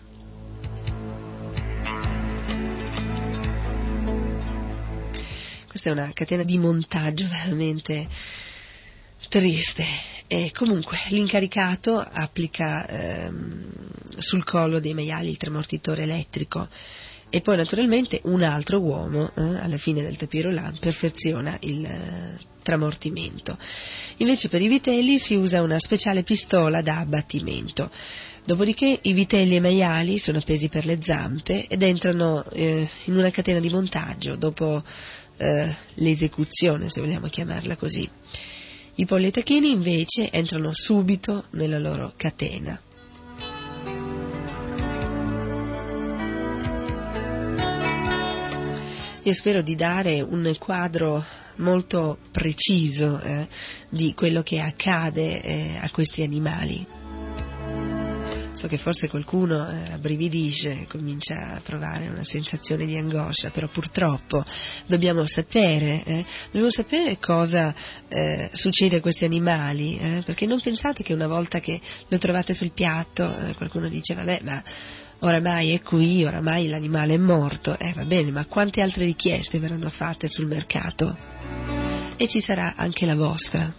Questa è una catena di montaggio veramente triste. E comunque l'incaricato applica ehm, sul collo dei maiali il tremortitore elettrico. E poi naturalmente un altro uomo, eh, alla fine del tapis roulant, perfeziona il eh, tramortimento. Invece per i vitelli si usa una speciale pistola da abbattimento. Dopodiché i vitelli e i maiali sono appesi per le zampe ed entrano eh, in una catena di montaggio dopo eh, l'esecuzione, se vogliamo chiamarla così. I polli e i tacchini invece entrano subito nella loro catena. Io spero di dare un quadro molto preciso eh, di quello che accade eh, a questi animali. So che forse qualcuno eh, abbrividisce, comincia a provare una sensazione di angoscia, però purtroppo dobbiamo sapere, eh, dobbiamo sapere cosa eh, succede a questi animali, eh, perché non pensate che una volta che lo trovate sul piatto eh, qualcuno dice vabbè ma oramai è qui, oramai l'animale è morto, eh va bene, ma quante altre richieste verranno fatte sul mercato? E ci sarà anche la vostra.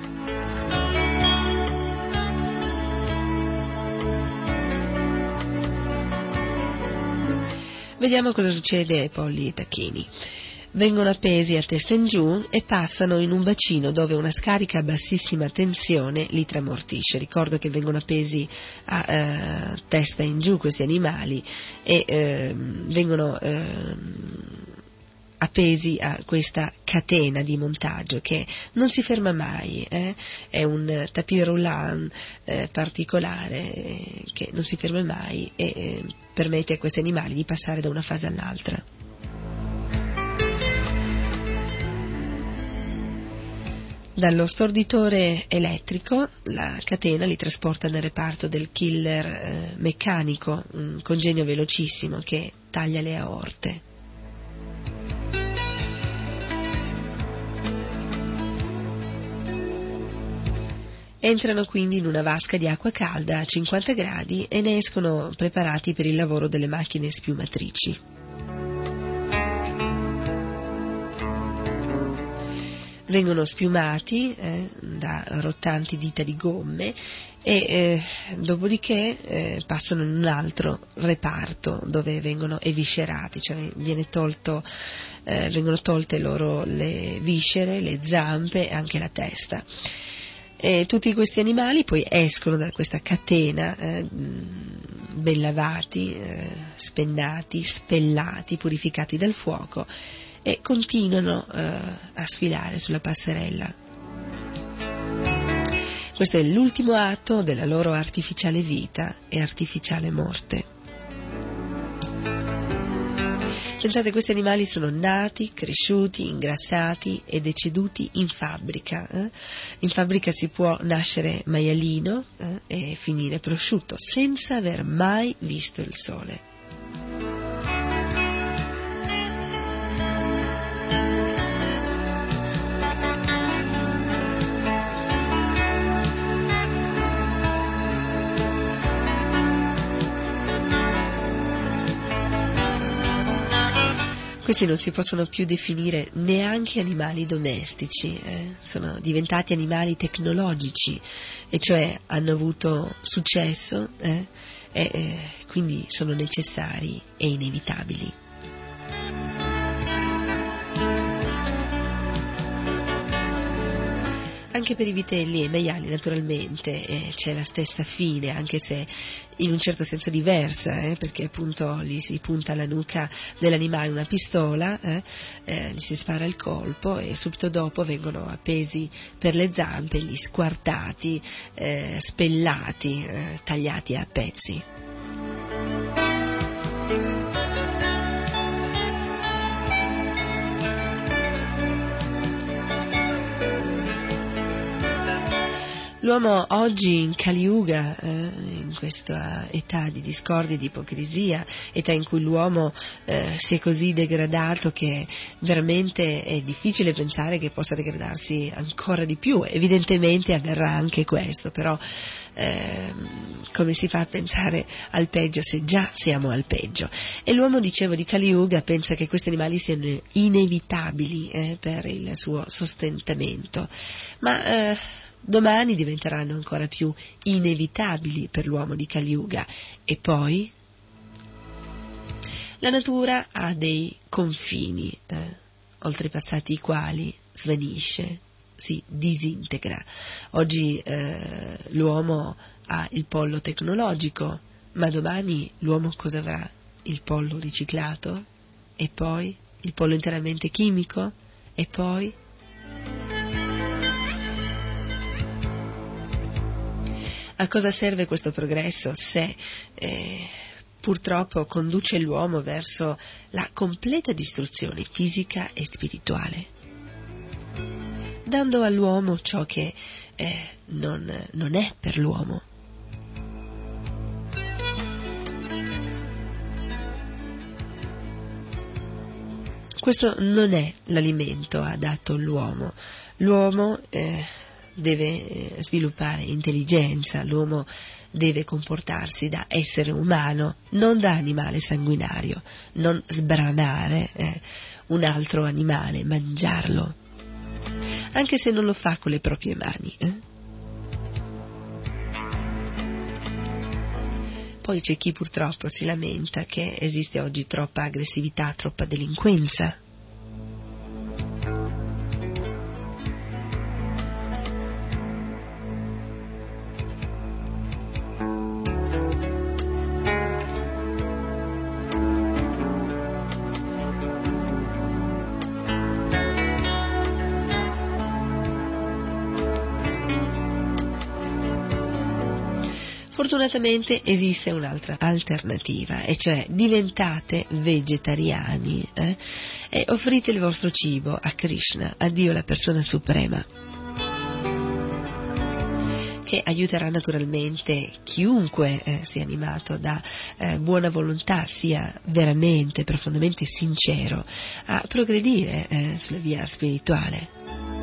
Vediamo cosa succede ai polli e ai tacchini. Vengono appesi a testa in giù e passano in un bacino dove una scarica a bassissima tensione li tramortisce. Ricordo che vengono appesi a eh, testa in giù questi animali e eh, vengono eh, appesi a questa catena di montaggio che non si ferma mai, eh? È un tapis roulant eh, particolare eh, che non si ferma mai e eh, permette a questi animali di passare da una fase all'altra. Dallo storditore elettrico la catena li trasporta nel reparto del killer eh, meccanico, un congegno velocissimo che taglia le aorte. Entrano quindi in una vasca di acqua calda a cinquanta gradi e ne escono preparati per il lavoro delle macchine spiumatrici. Vengono spiumati eh, da rottanti dita di gomme e eh, dopodiché eh, passano in un altro reparto dove vengono eviscerati, cioè viene tolto, eh, vengono tolte loro le viscere, le zampe e anche la testa. E tutti questi animali poi escono da questa catena eh, ben lavati, eh, spennati, spellati, purificati dal fuoco e continuano eh, a sfilare sulla passerella. Questo è l'ultimo atto della loro artificiale vita e artificiale morte. Pensate, questi animali sono nati, cresciuti, ingrassati e deceduti in fabbrica. Eh? In fabbrica si può nascere maialino eh, e finire prosciutto senza aver mai visto il sole. questi non si possono più definire neanche animali domestici, eh? Sono diventati animali tecnologici, e cioè hanno avuto successo eh? e eh, quindi sono necessari e inevitabili. Anche per i vitelli e i maiali naturalmente eh, c'è la stessa fine, anche se in un certo senso diversa, eh, perché appunto lì si punta alla nuca dell'animale una pistola, eh, eh, gli si spara il colpo e subito dopo vengono appesi per le zampe, gli squartati, eh, spellati, eh, tagliati a pezzi. L'uomo oggi in Kali Yuga, eh, in questa età di discordia e di ipocrisia, età in cui l'uomo eh, si è così degradato che veramente è difficile pensare che possa degradarsi ancora di più. Evidentemente avverrà anche questo, però eh, come si fa a pensare al peggio se già siamo al peggio? E l'uomo, dicevo, di Kali Yuga pensa che questi animali siano inevitabili eh, per il suo sostentamento, ma eh, domani diventeranno ancora più inevitabili per l'uomo di Kali Yuga. E poi la natura ha dei confini, eh, oltrepassati i quali svanisce, si disintegra. Oggi eh, l'uomo ha il pollo tecnologico, ma domani l'uomo cosa avrà? Il pollo riciclato? E poi il pollo interamente chimico? E poi? A cosa serve questo progresso se eh, purtroppo conduce l'uomo verso la completa distruzione fisica e spirituale, dando all'uomo ciò che eh, non, non è per l'uomo? Questo non è l'alimento adatto all'uomo. L'uomo eh, deve sviluppare intelligenza, l'uomo deve comportarsi da essere umano, non da animale sanguinario, non sbranare eh, un altro animale, mangiarlo, anche se non lo fa con le proprie mani. Eh? Poi c'è chi purtroppo si lamenta che esiste oggi troppa aggressività, troppa delinquenza. Fortunatamente esiste un'altra alternativa, e cioè diventate vegetariani eh, e offrite il vostro cibo a Krishna, a Dio, la persona suprema, che aiuterà naturalmente chiunque eh, sia animato da eh, buona volontà, sia veramente, profondamente sincero a progredire eh, sulla via spirituale.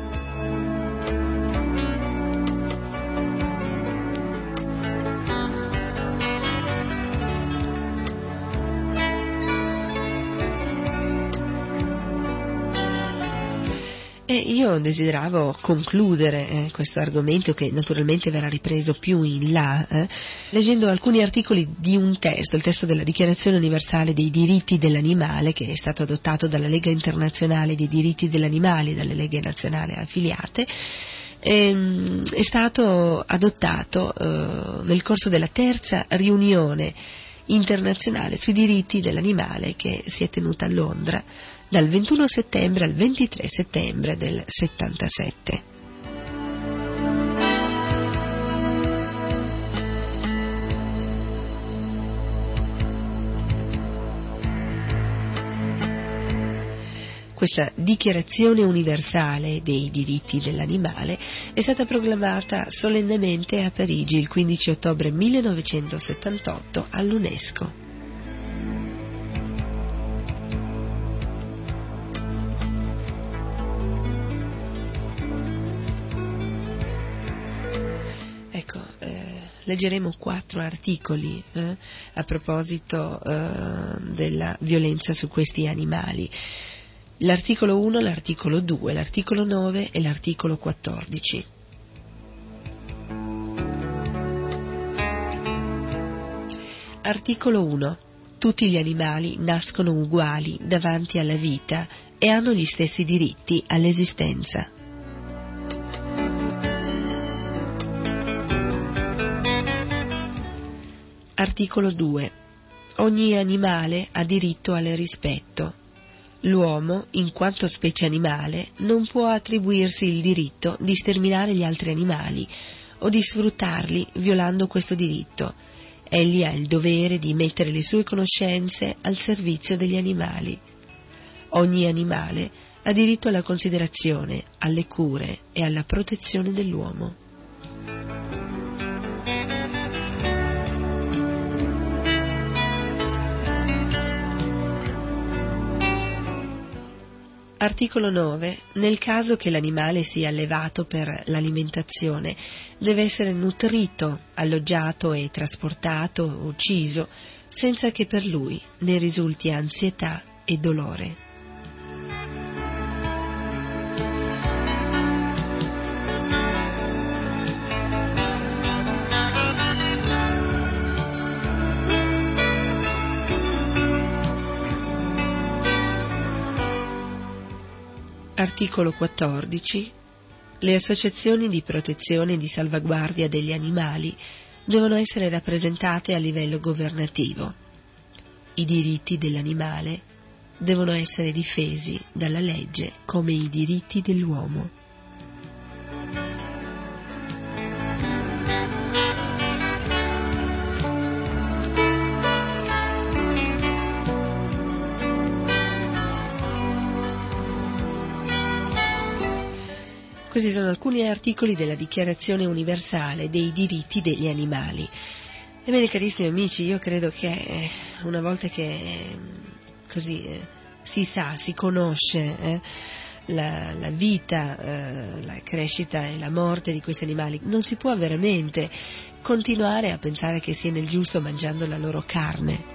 E io desideravo concludere eh, questo argomento, che naturalmente verrà ripreso più in là, eh, leggendo alcuni articoli di un testo, il testo della Dichiarazione Universale dei Diritti dell'Animale, che è stato adottato dalla Lega Internazionale dei Diritti dell'Animale e dalle leghe nazionali affiliate. E, è stato adottato eh, nel corso della terza riunione internazionale sui diritti dell'animale, che si è tenuta a Londra dal ventuno settembre al ventitré settembre del settantasette. Questa Dichiarazione Universale dei Diritti dell'Animale è stata proclamata solennemente a Parigi il quindici ottobre millenovecentosettantotto all'UNESCO. leggeremo quattro articoli eh, a proposito eh, della violenza su questi animali. L'articolo uno, l'articolo due, l'articolo nove e l'articolo quattordici. Articolo uno. Tutti gli animali nascono uguali davanti alla vita e hanno gli stessi diritti all'esistenza. Articolo due. Ogni animale ha diritto al rispetto. L'uomo, in quanto specie animale, non può attribuirsi il diritto di sterminare gli altri animali o di sfruttarli violando questo diritto. Egli ha il dovere di mettere le sue conoscenze al servizio degli animali. Ogni animale ha diritto alla considerazione, alle cure e alla protezione dell'uomo. Articolo nove. Nel caso che l'animale sia allevato per l'alimentazione, deve essere nutrito, alloggiato e trasportato o ucciso, senza che per lui ne risulti ansietà e dolore. Articolo quattordici. Le associazioni di protezione e di salvaguardia degli animali devono essere rappresentate a livello governativo. I diritti dell'animale devono essere difesi dalla legge come i diritti dell'uomo. Questi sono alcuni articoli della Dichiarazione universale dei diritti degli animali. Ebbene, carissimi amici, io credo che una volta che così eh, si sa, si conosce eh, la, la vita, eh, la crescita e la morte di questi animali, non si può veramente continuare a pensare che sia nel giusto mangiando la loro carne.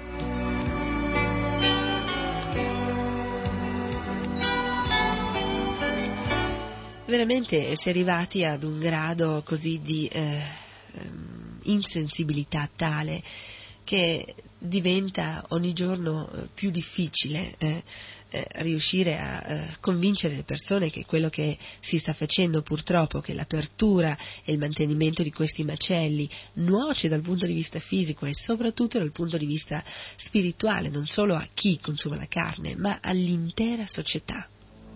Veramente si è arrivati ad un grado così di eh, insensibilità tale che diventa ogni giorno più difficile eh, eh, riuscire a eh, convincere le persone che quello che si sta facendo purtroppo, che l'apertura e il mantenimento di questi macelli nuoce dal punto di vista fisico e soprattutto dal punto di vista spirituale, non solo a chi consuma la carne, ma all'intera società.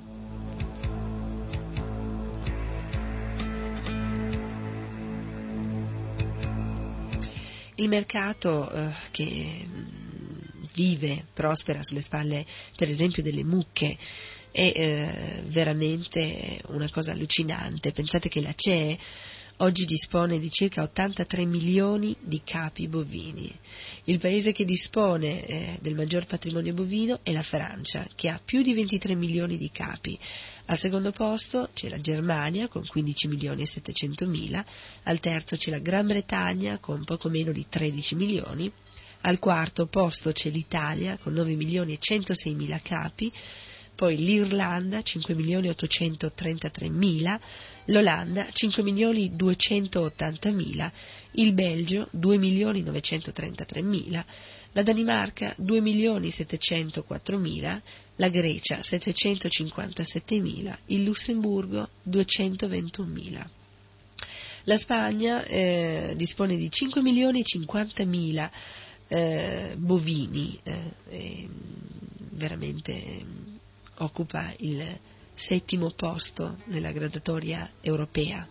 Il mercato eh, che vive, prospera sulle spalle per esempio delle mucche è eh, veramente una cosa allucinante. Pensate che la C E E oggi dispone di circa ottantatré milioni di capi bovini. Il paese che dispone eh, del maggior patrimonio bovino è la Francia, che ha più di ventitré milioni di capi. Al secondo posto c'è la Germania con quindici milioni e settecentomila, al terzo c'è la Gran Bretagna con poco meno di tredici milioni, al quarto posto c'è l'Italia con nove milioni e centoseimila capi, poi l'Irlanda cinque milioni e ottocentotrentatremila, l'Olanda cinque milioni duecentoottantamila, il Belgio due milioni novecentotrentatremila, la Danimarca due milioni settecentoquattromila, la Grecia settecentocinquantasettemila, il Lussemburgo duecentoventunomila. La Spagna eh, dispone di cinque milioni e cinquantamila eh, bovini, eh, e veramente occupa il settimo posto nella graduatoria europea.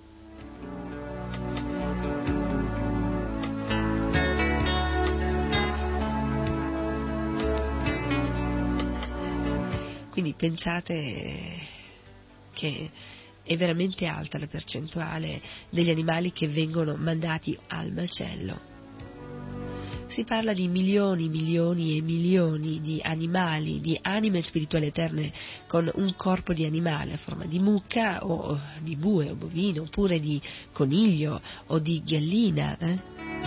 Quindi pensate che è veramente alta la percentuale degli animali che vengono mandati al macello. Si parla di milioni, milioni e milioni di animali, di anime spirituali eterne con un corpo di animale a forma di mucca o di bue o bovino, oppure di coniglio o di gallina. Eh?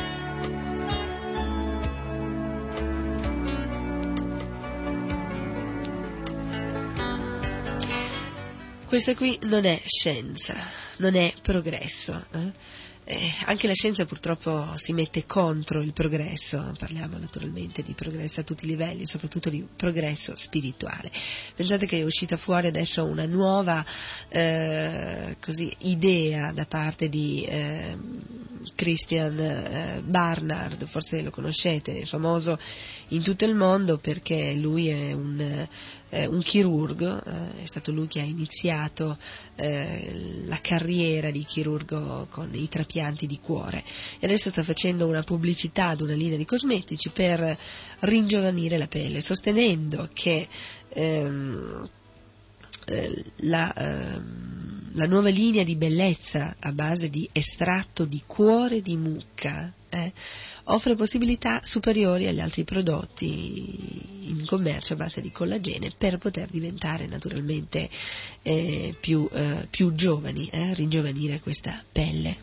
questa qui non è scienza, non è progresso. Eh? Eh, anche la scienza purtroppo si mette contro il progresso, parliamo naturalmente di progresso a tutti i livelli, soprattutto di progresso spirituale. Pensate che è uscita fuori adesso una nuova eh, così, idea da parte di eh, Christian eh, Barnard, forse lo conoscete, è famoso in tutto il mondo perché lui è un, eh, un chirurgo, eh, è stato lui che ha iniziato eh, la carriera di chirurgo con i trapianti di cuore e adesso sta facendo una pubblicità ad una linea di cosmetici per ringiovanire la pelle, sostenendo che ehm, eh, la, ehm, la nuova linea di bellezza a base di estratto di cuore di mucca eh, offre possibilità superiori agli altri prodotti in commercio a base di collagene per poter diventare naturalmente eh, più, eh, più giovani, eh, ringiovanire questa pelle.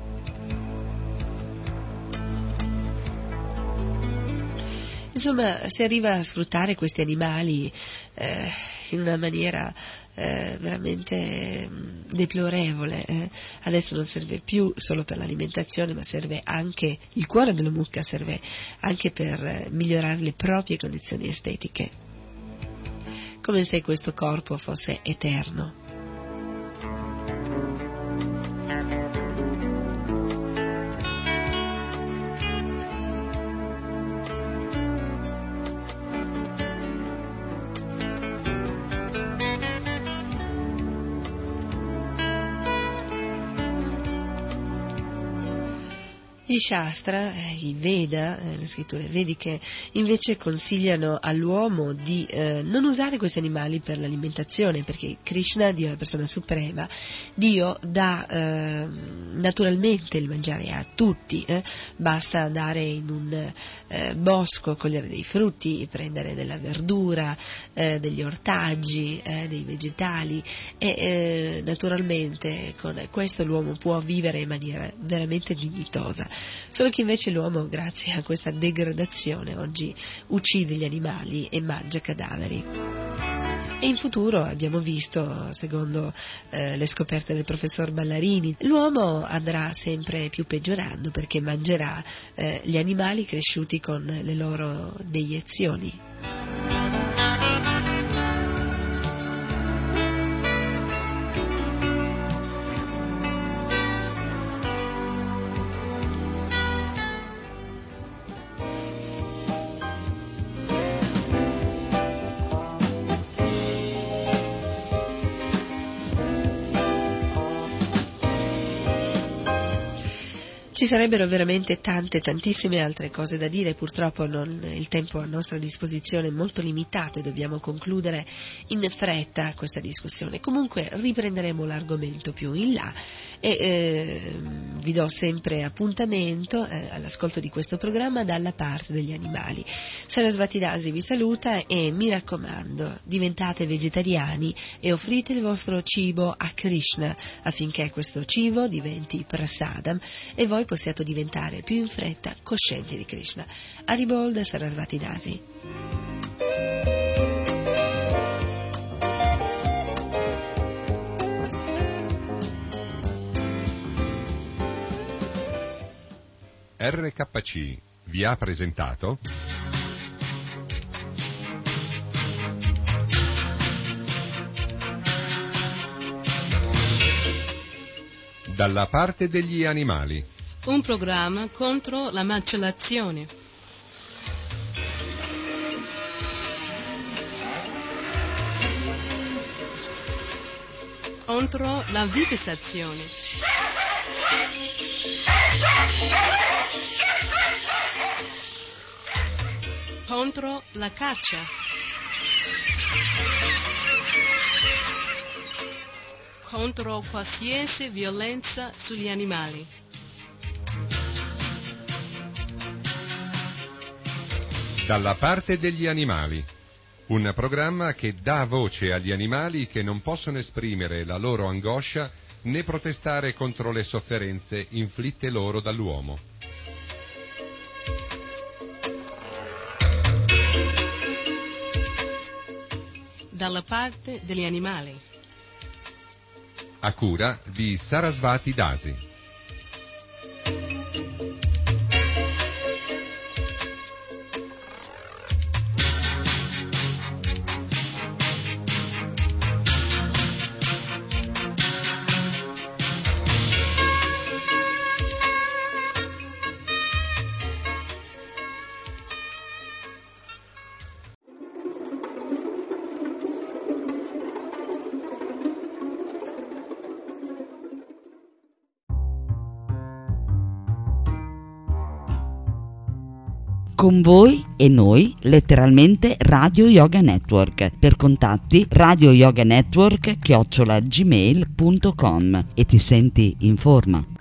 Insomma, si arriva a sfruttare questi animali eh, in una maniera eh, veramente deplorevole. Eh. Adesso non serve più solo per l'alimentazione, ma serve anche, il cuore della mucca serve anche per eh, migliorare le proprie condizioni estetiche, come se questo corpo fosse eterno. Gli Shastra, i Veda, le scritture vediche, invece consigliano all'uomo di eh, non usare questi animali per l'alimentazione, perché Krishna, Dio è la persona suprema, Dio dà eh, naturalmente il mangiare a tutti, eh? Basta andare in un eh, bosco, cogliere dei frutti, prendere della verdura, eh, degli ortaggi, eh, dei vegetali e eh, naturalmente con questo l'uomo può vivere in maniera veramente dignitosa. Solo che invece l'uomo, grazie a questa degradazione, oggi uccide gli animali e mangia cadaveri. E in futuro, abbiamo visto, secondo eh, le scoperte del professor Ballarini, l'uomo andrà sempre più peggiorando perché mangerà eh, gli animali cresciuti con le loro deiezioni. Ci sarebbero veramente tante, tantissime altre cose da dire, purtroppo non, il tempo a nostra disposizione è molto limitato e dobbiamo concludere in fretta questa discussione. Comunque riprenderemo l'argomento più in là e eh, vi do sempre appuntamento eh, all'ascolto di questo programma dalla parte degli animali. Sarasvati Dasi vi saluta e mi raccomando, diventate vegetariani e offrite il vostro cibo a Krishna affinché questo cibo diventi prasadam e voi possiate diventare più in fretta coscienti di Krishna. Haribol da Sarasvati Dasi. R K C vi ha presentato Dalla parte degli animali, un programma contro la macellazione. Contro la vivisezione. Contro la caccia. Contro qualsiasi violenza sugli animali. Dalla parte degli animali, un programma che dà voce agli animali che non possono esprimere la loro angoscia né protestare contro le sofferenze inflitte loro dall'uomo. Dalla parte degli animali. a cura di Sarasvati Dasi. Con voi e noi, letteralmente Radio Yoga Network. Per contatti radio yoga network chiocciola gmail punto com e ti senti in forma.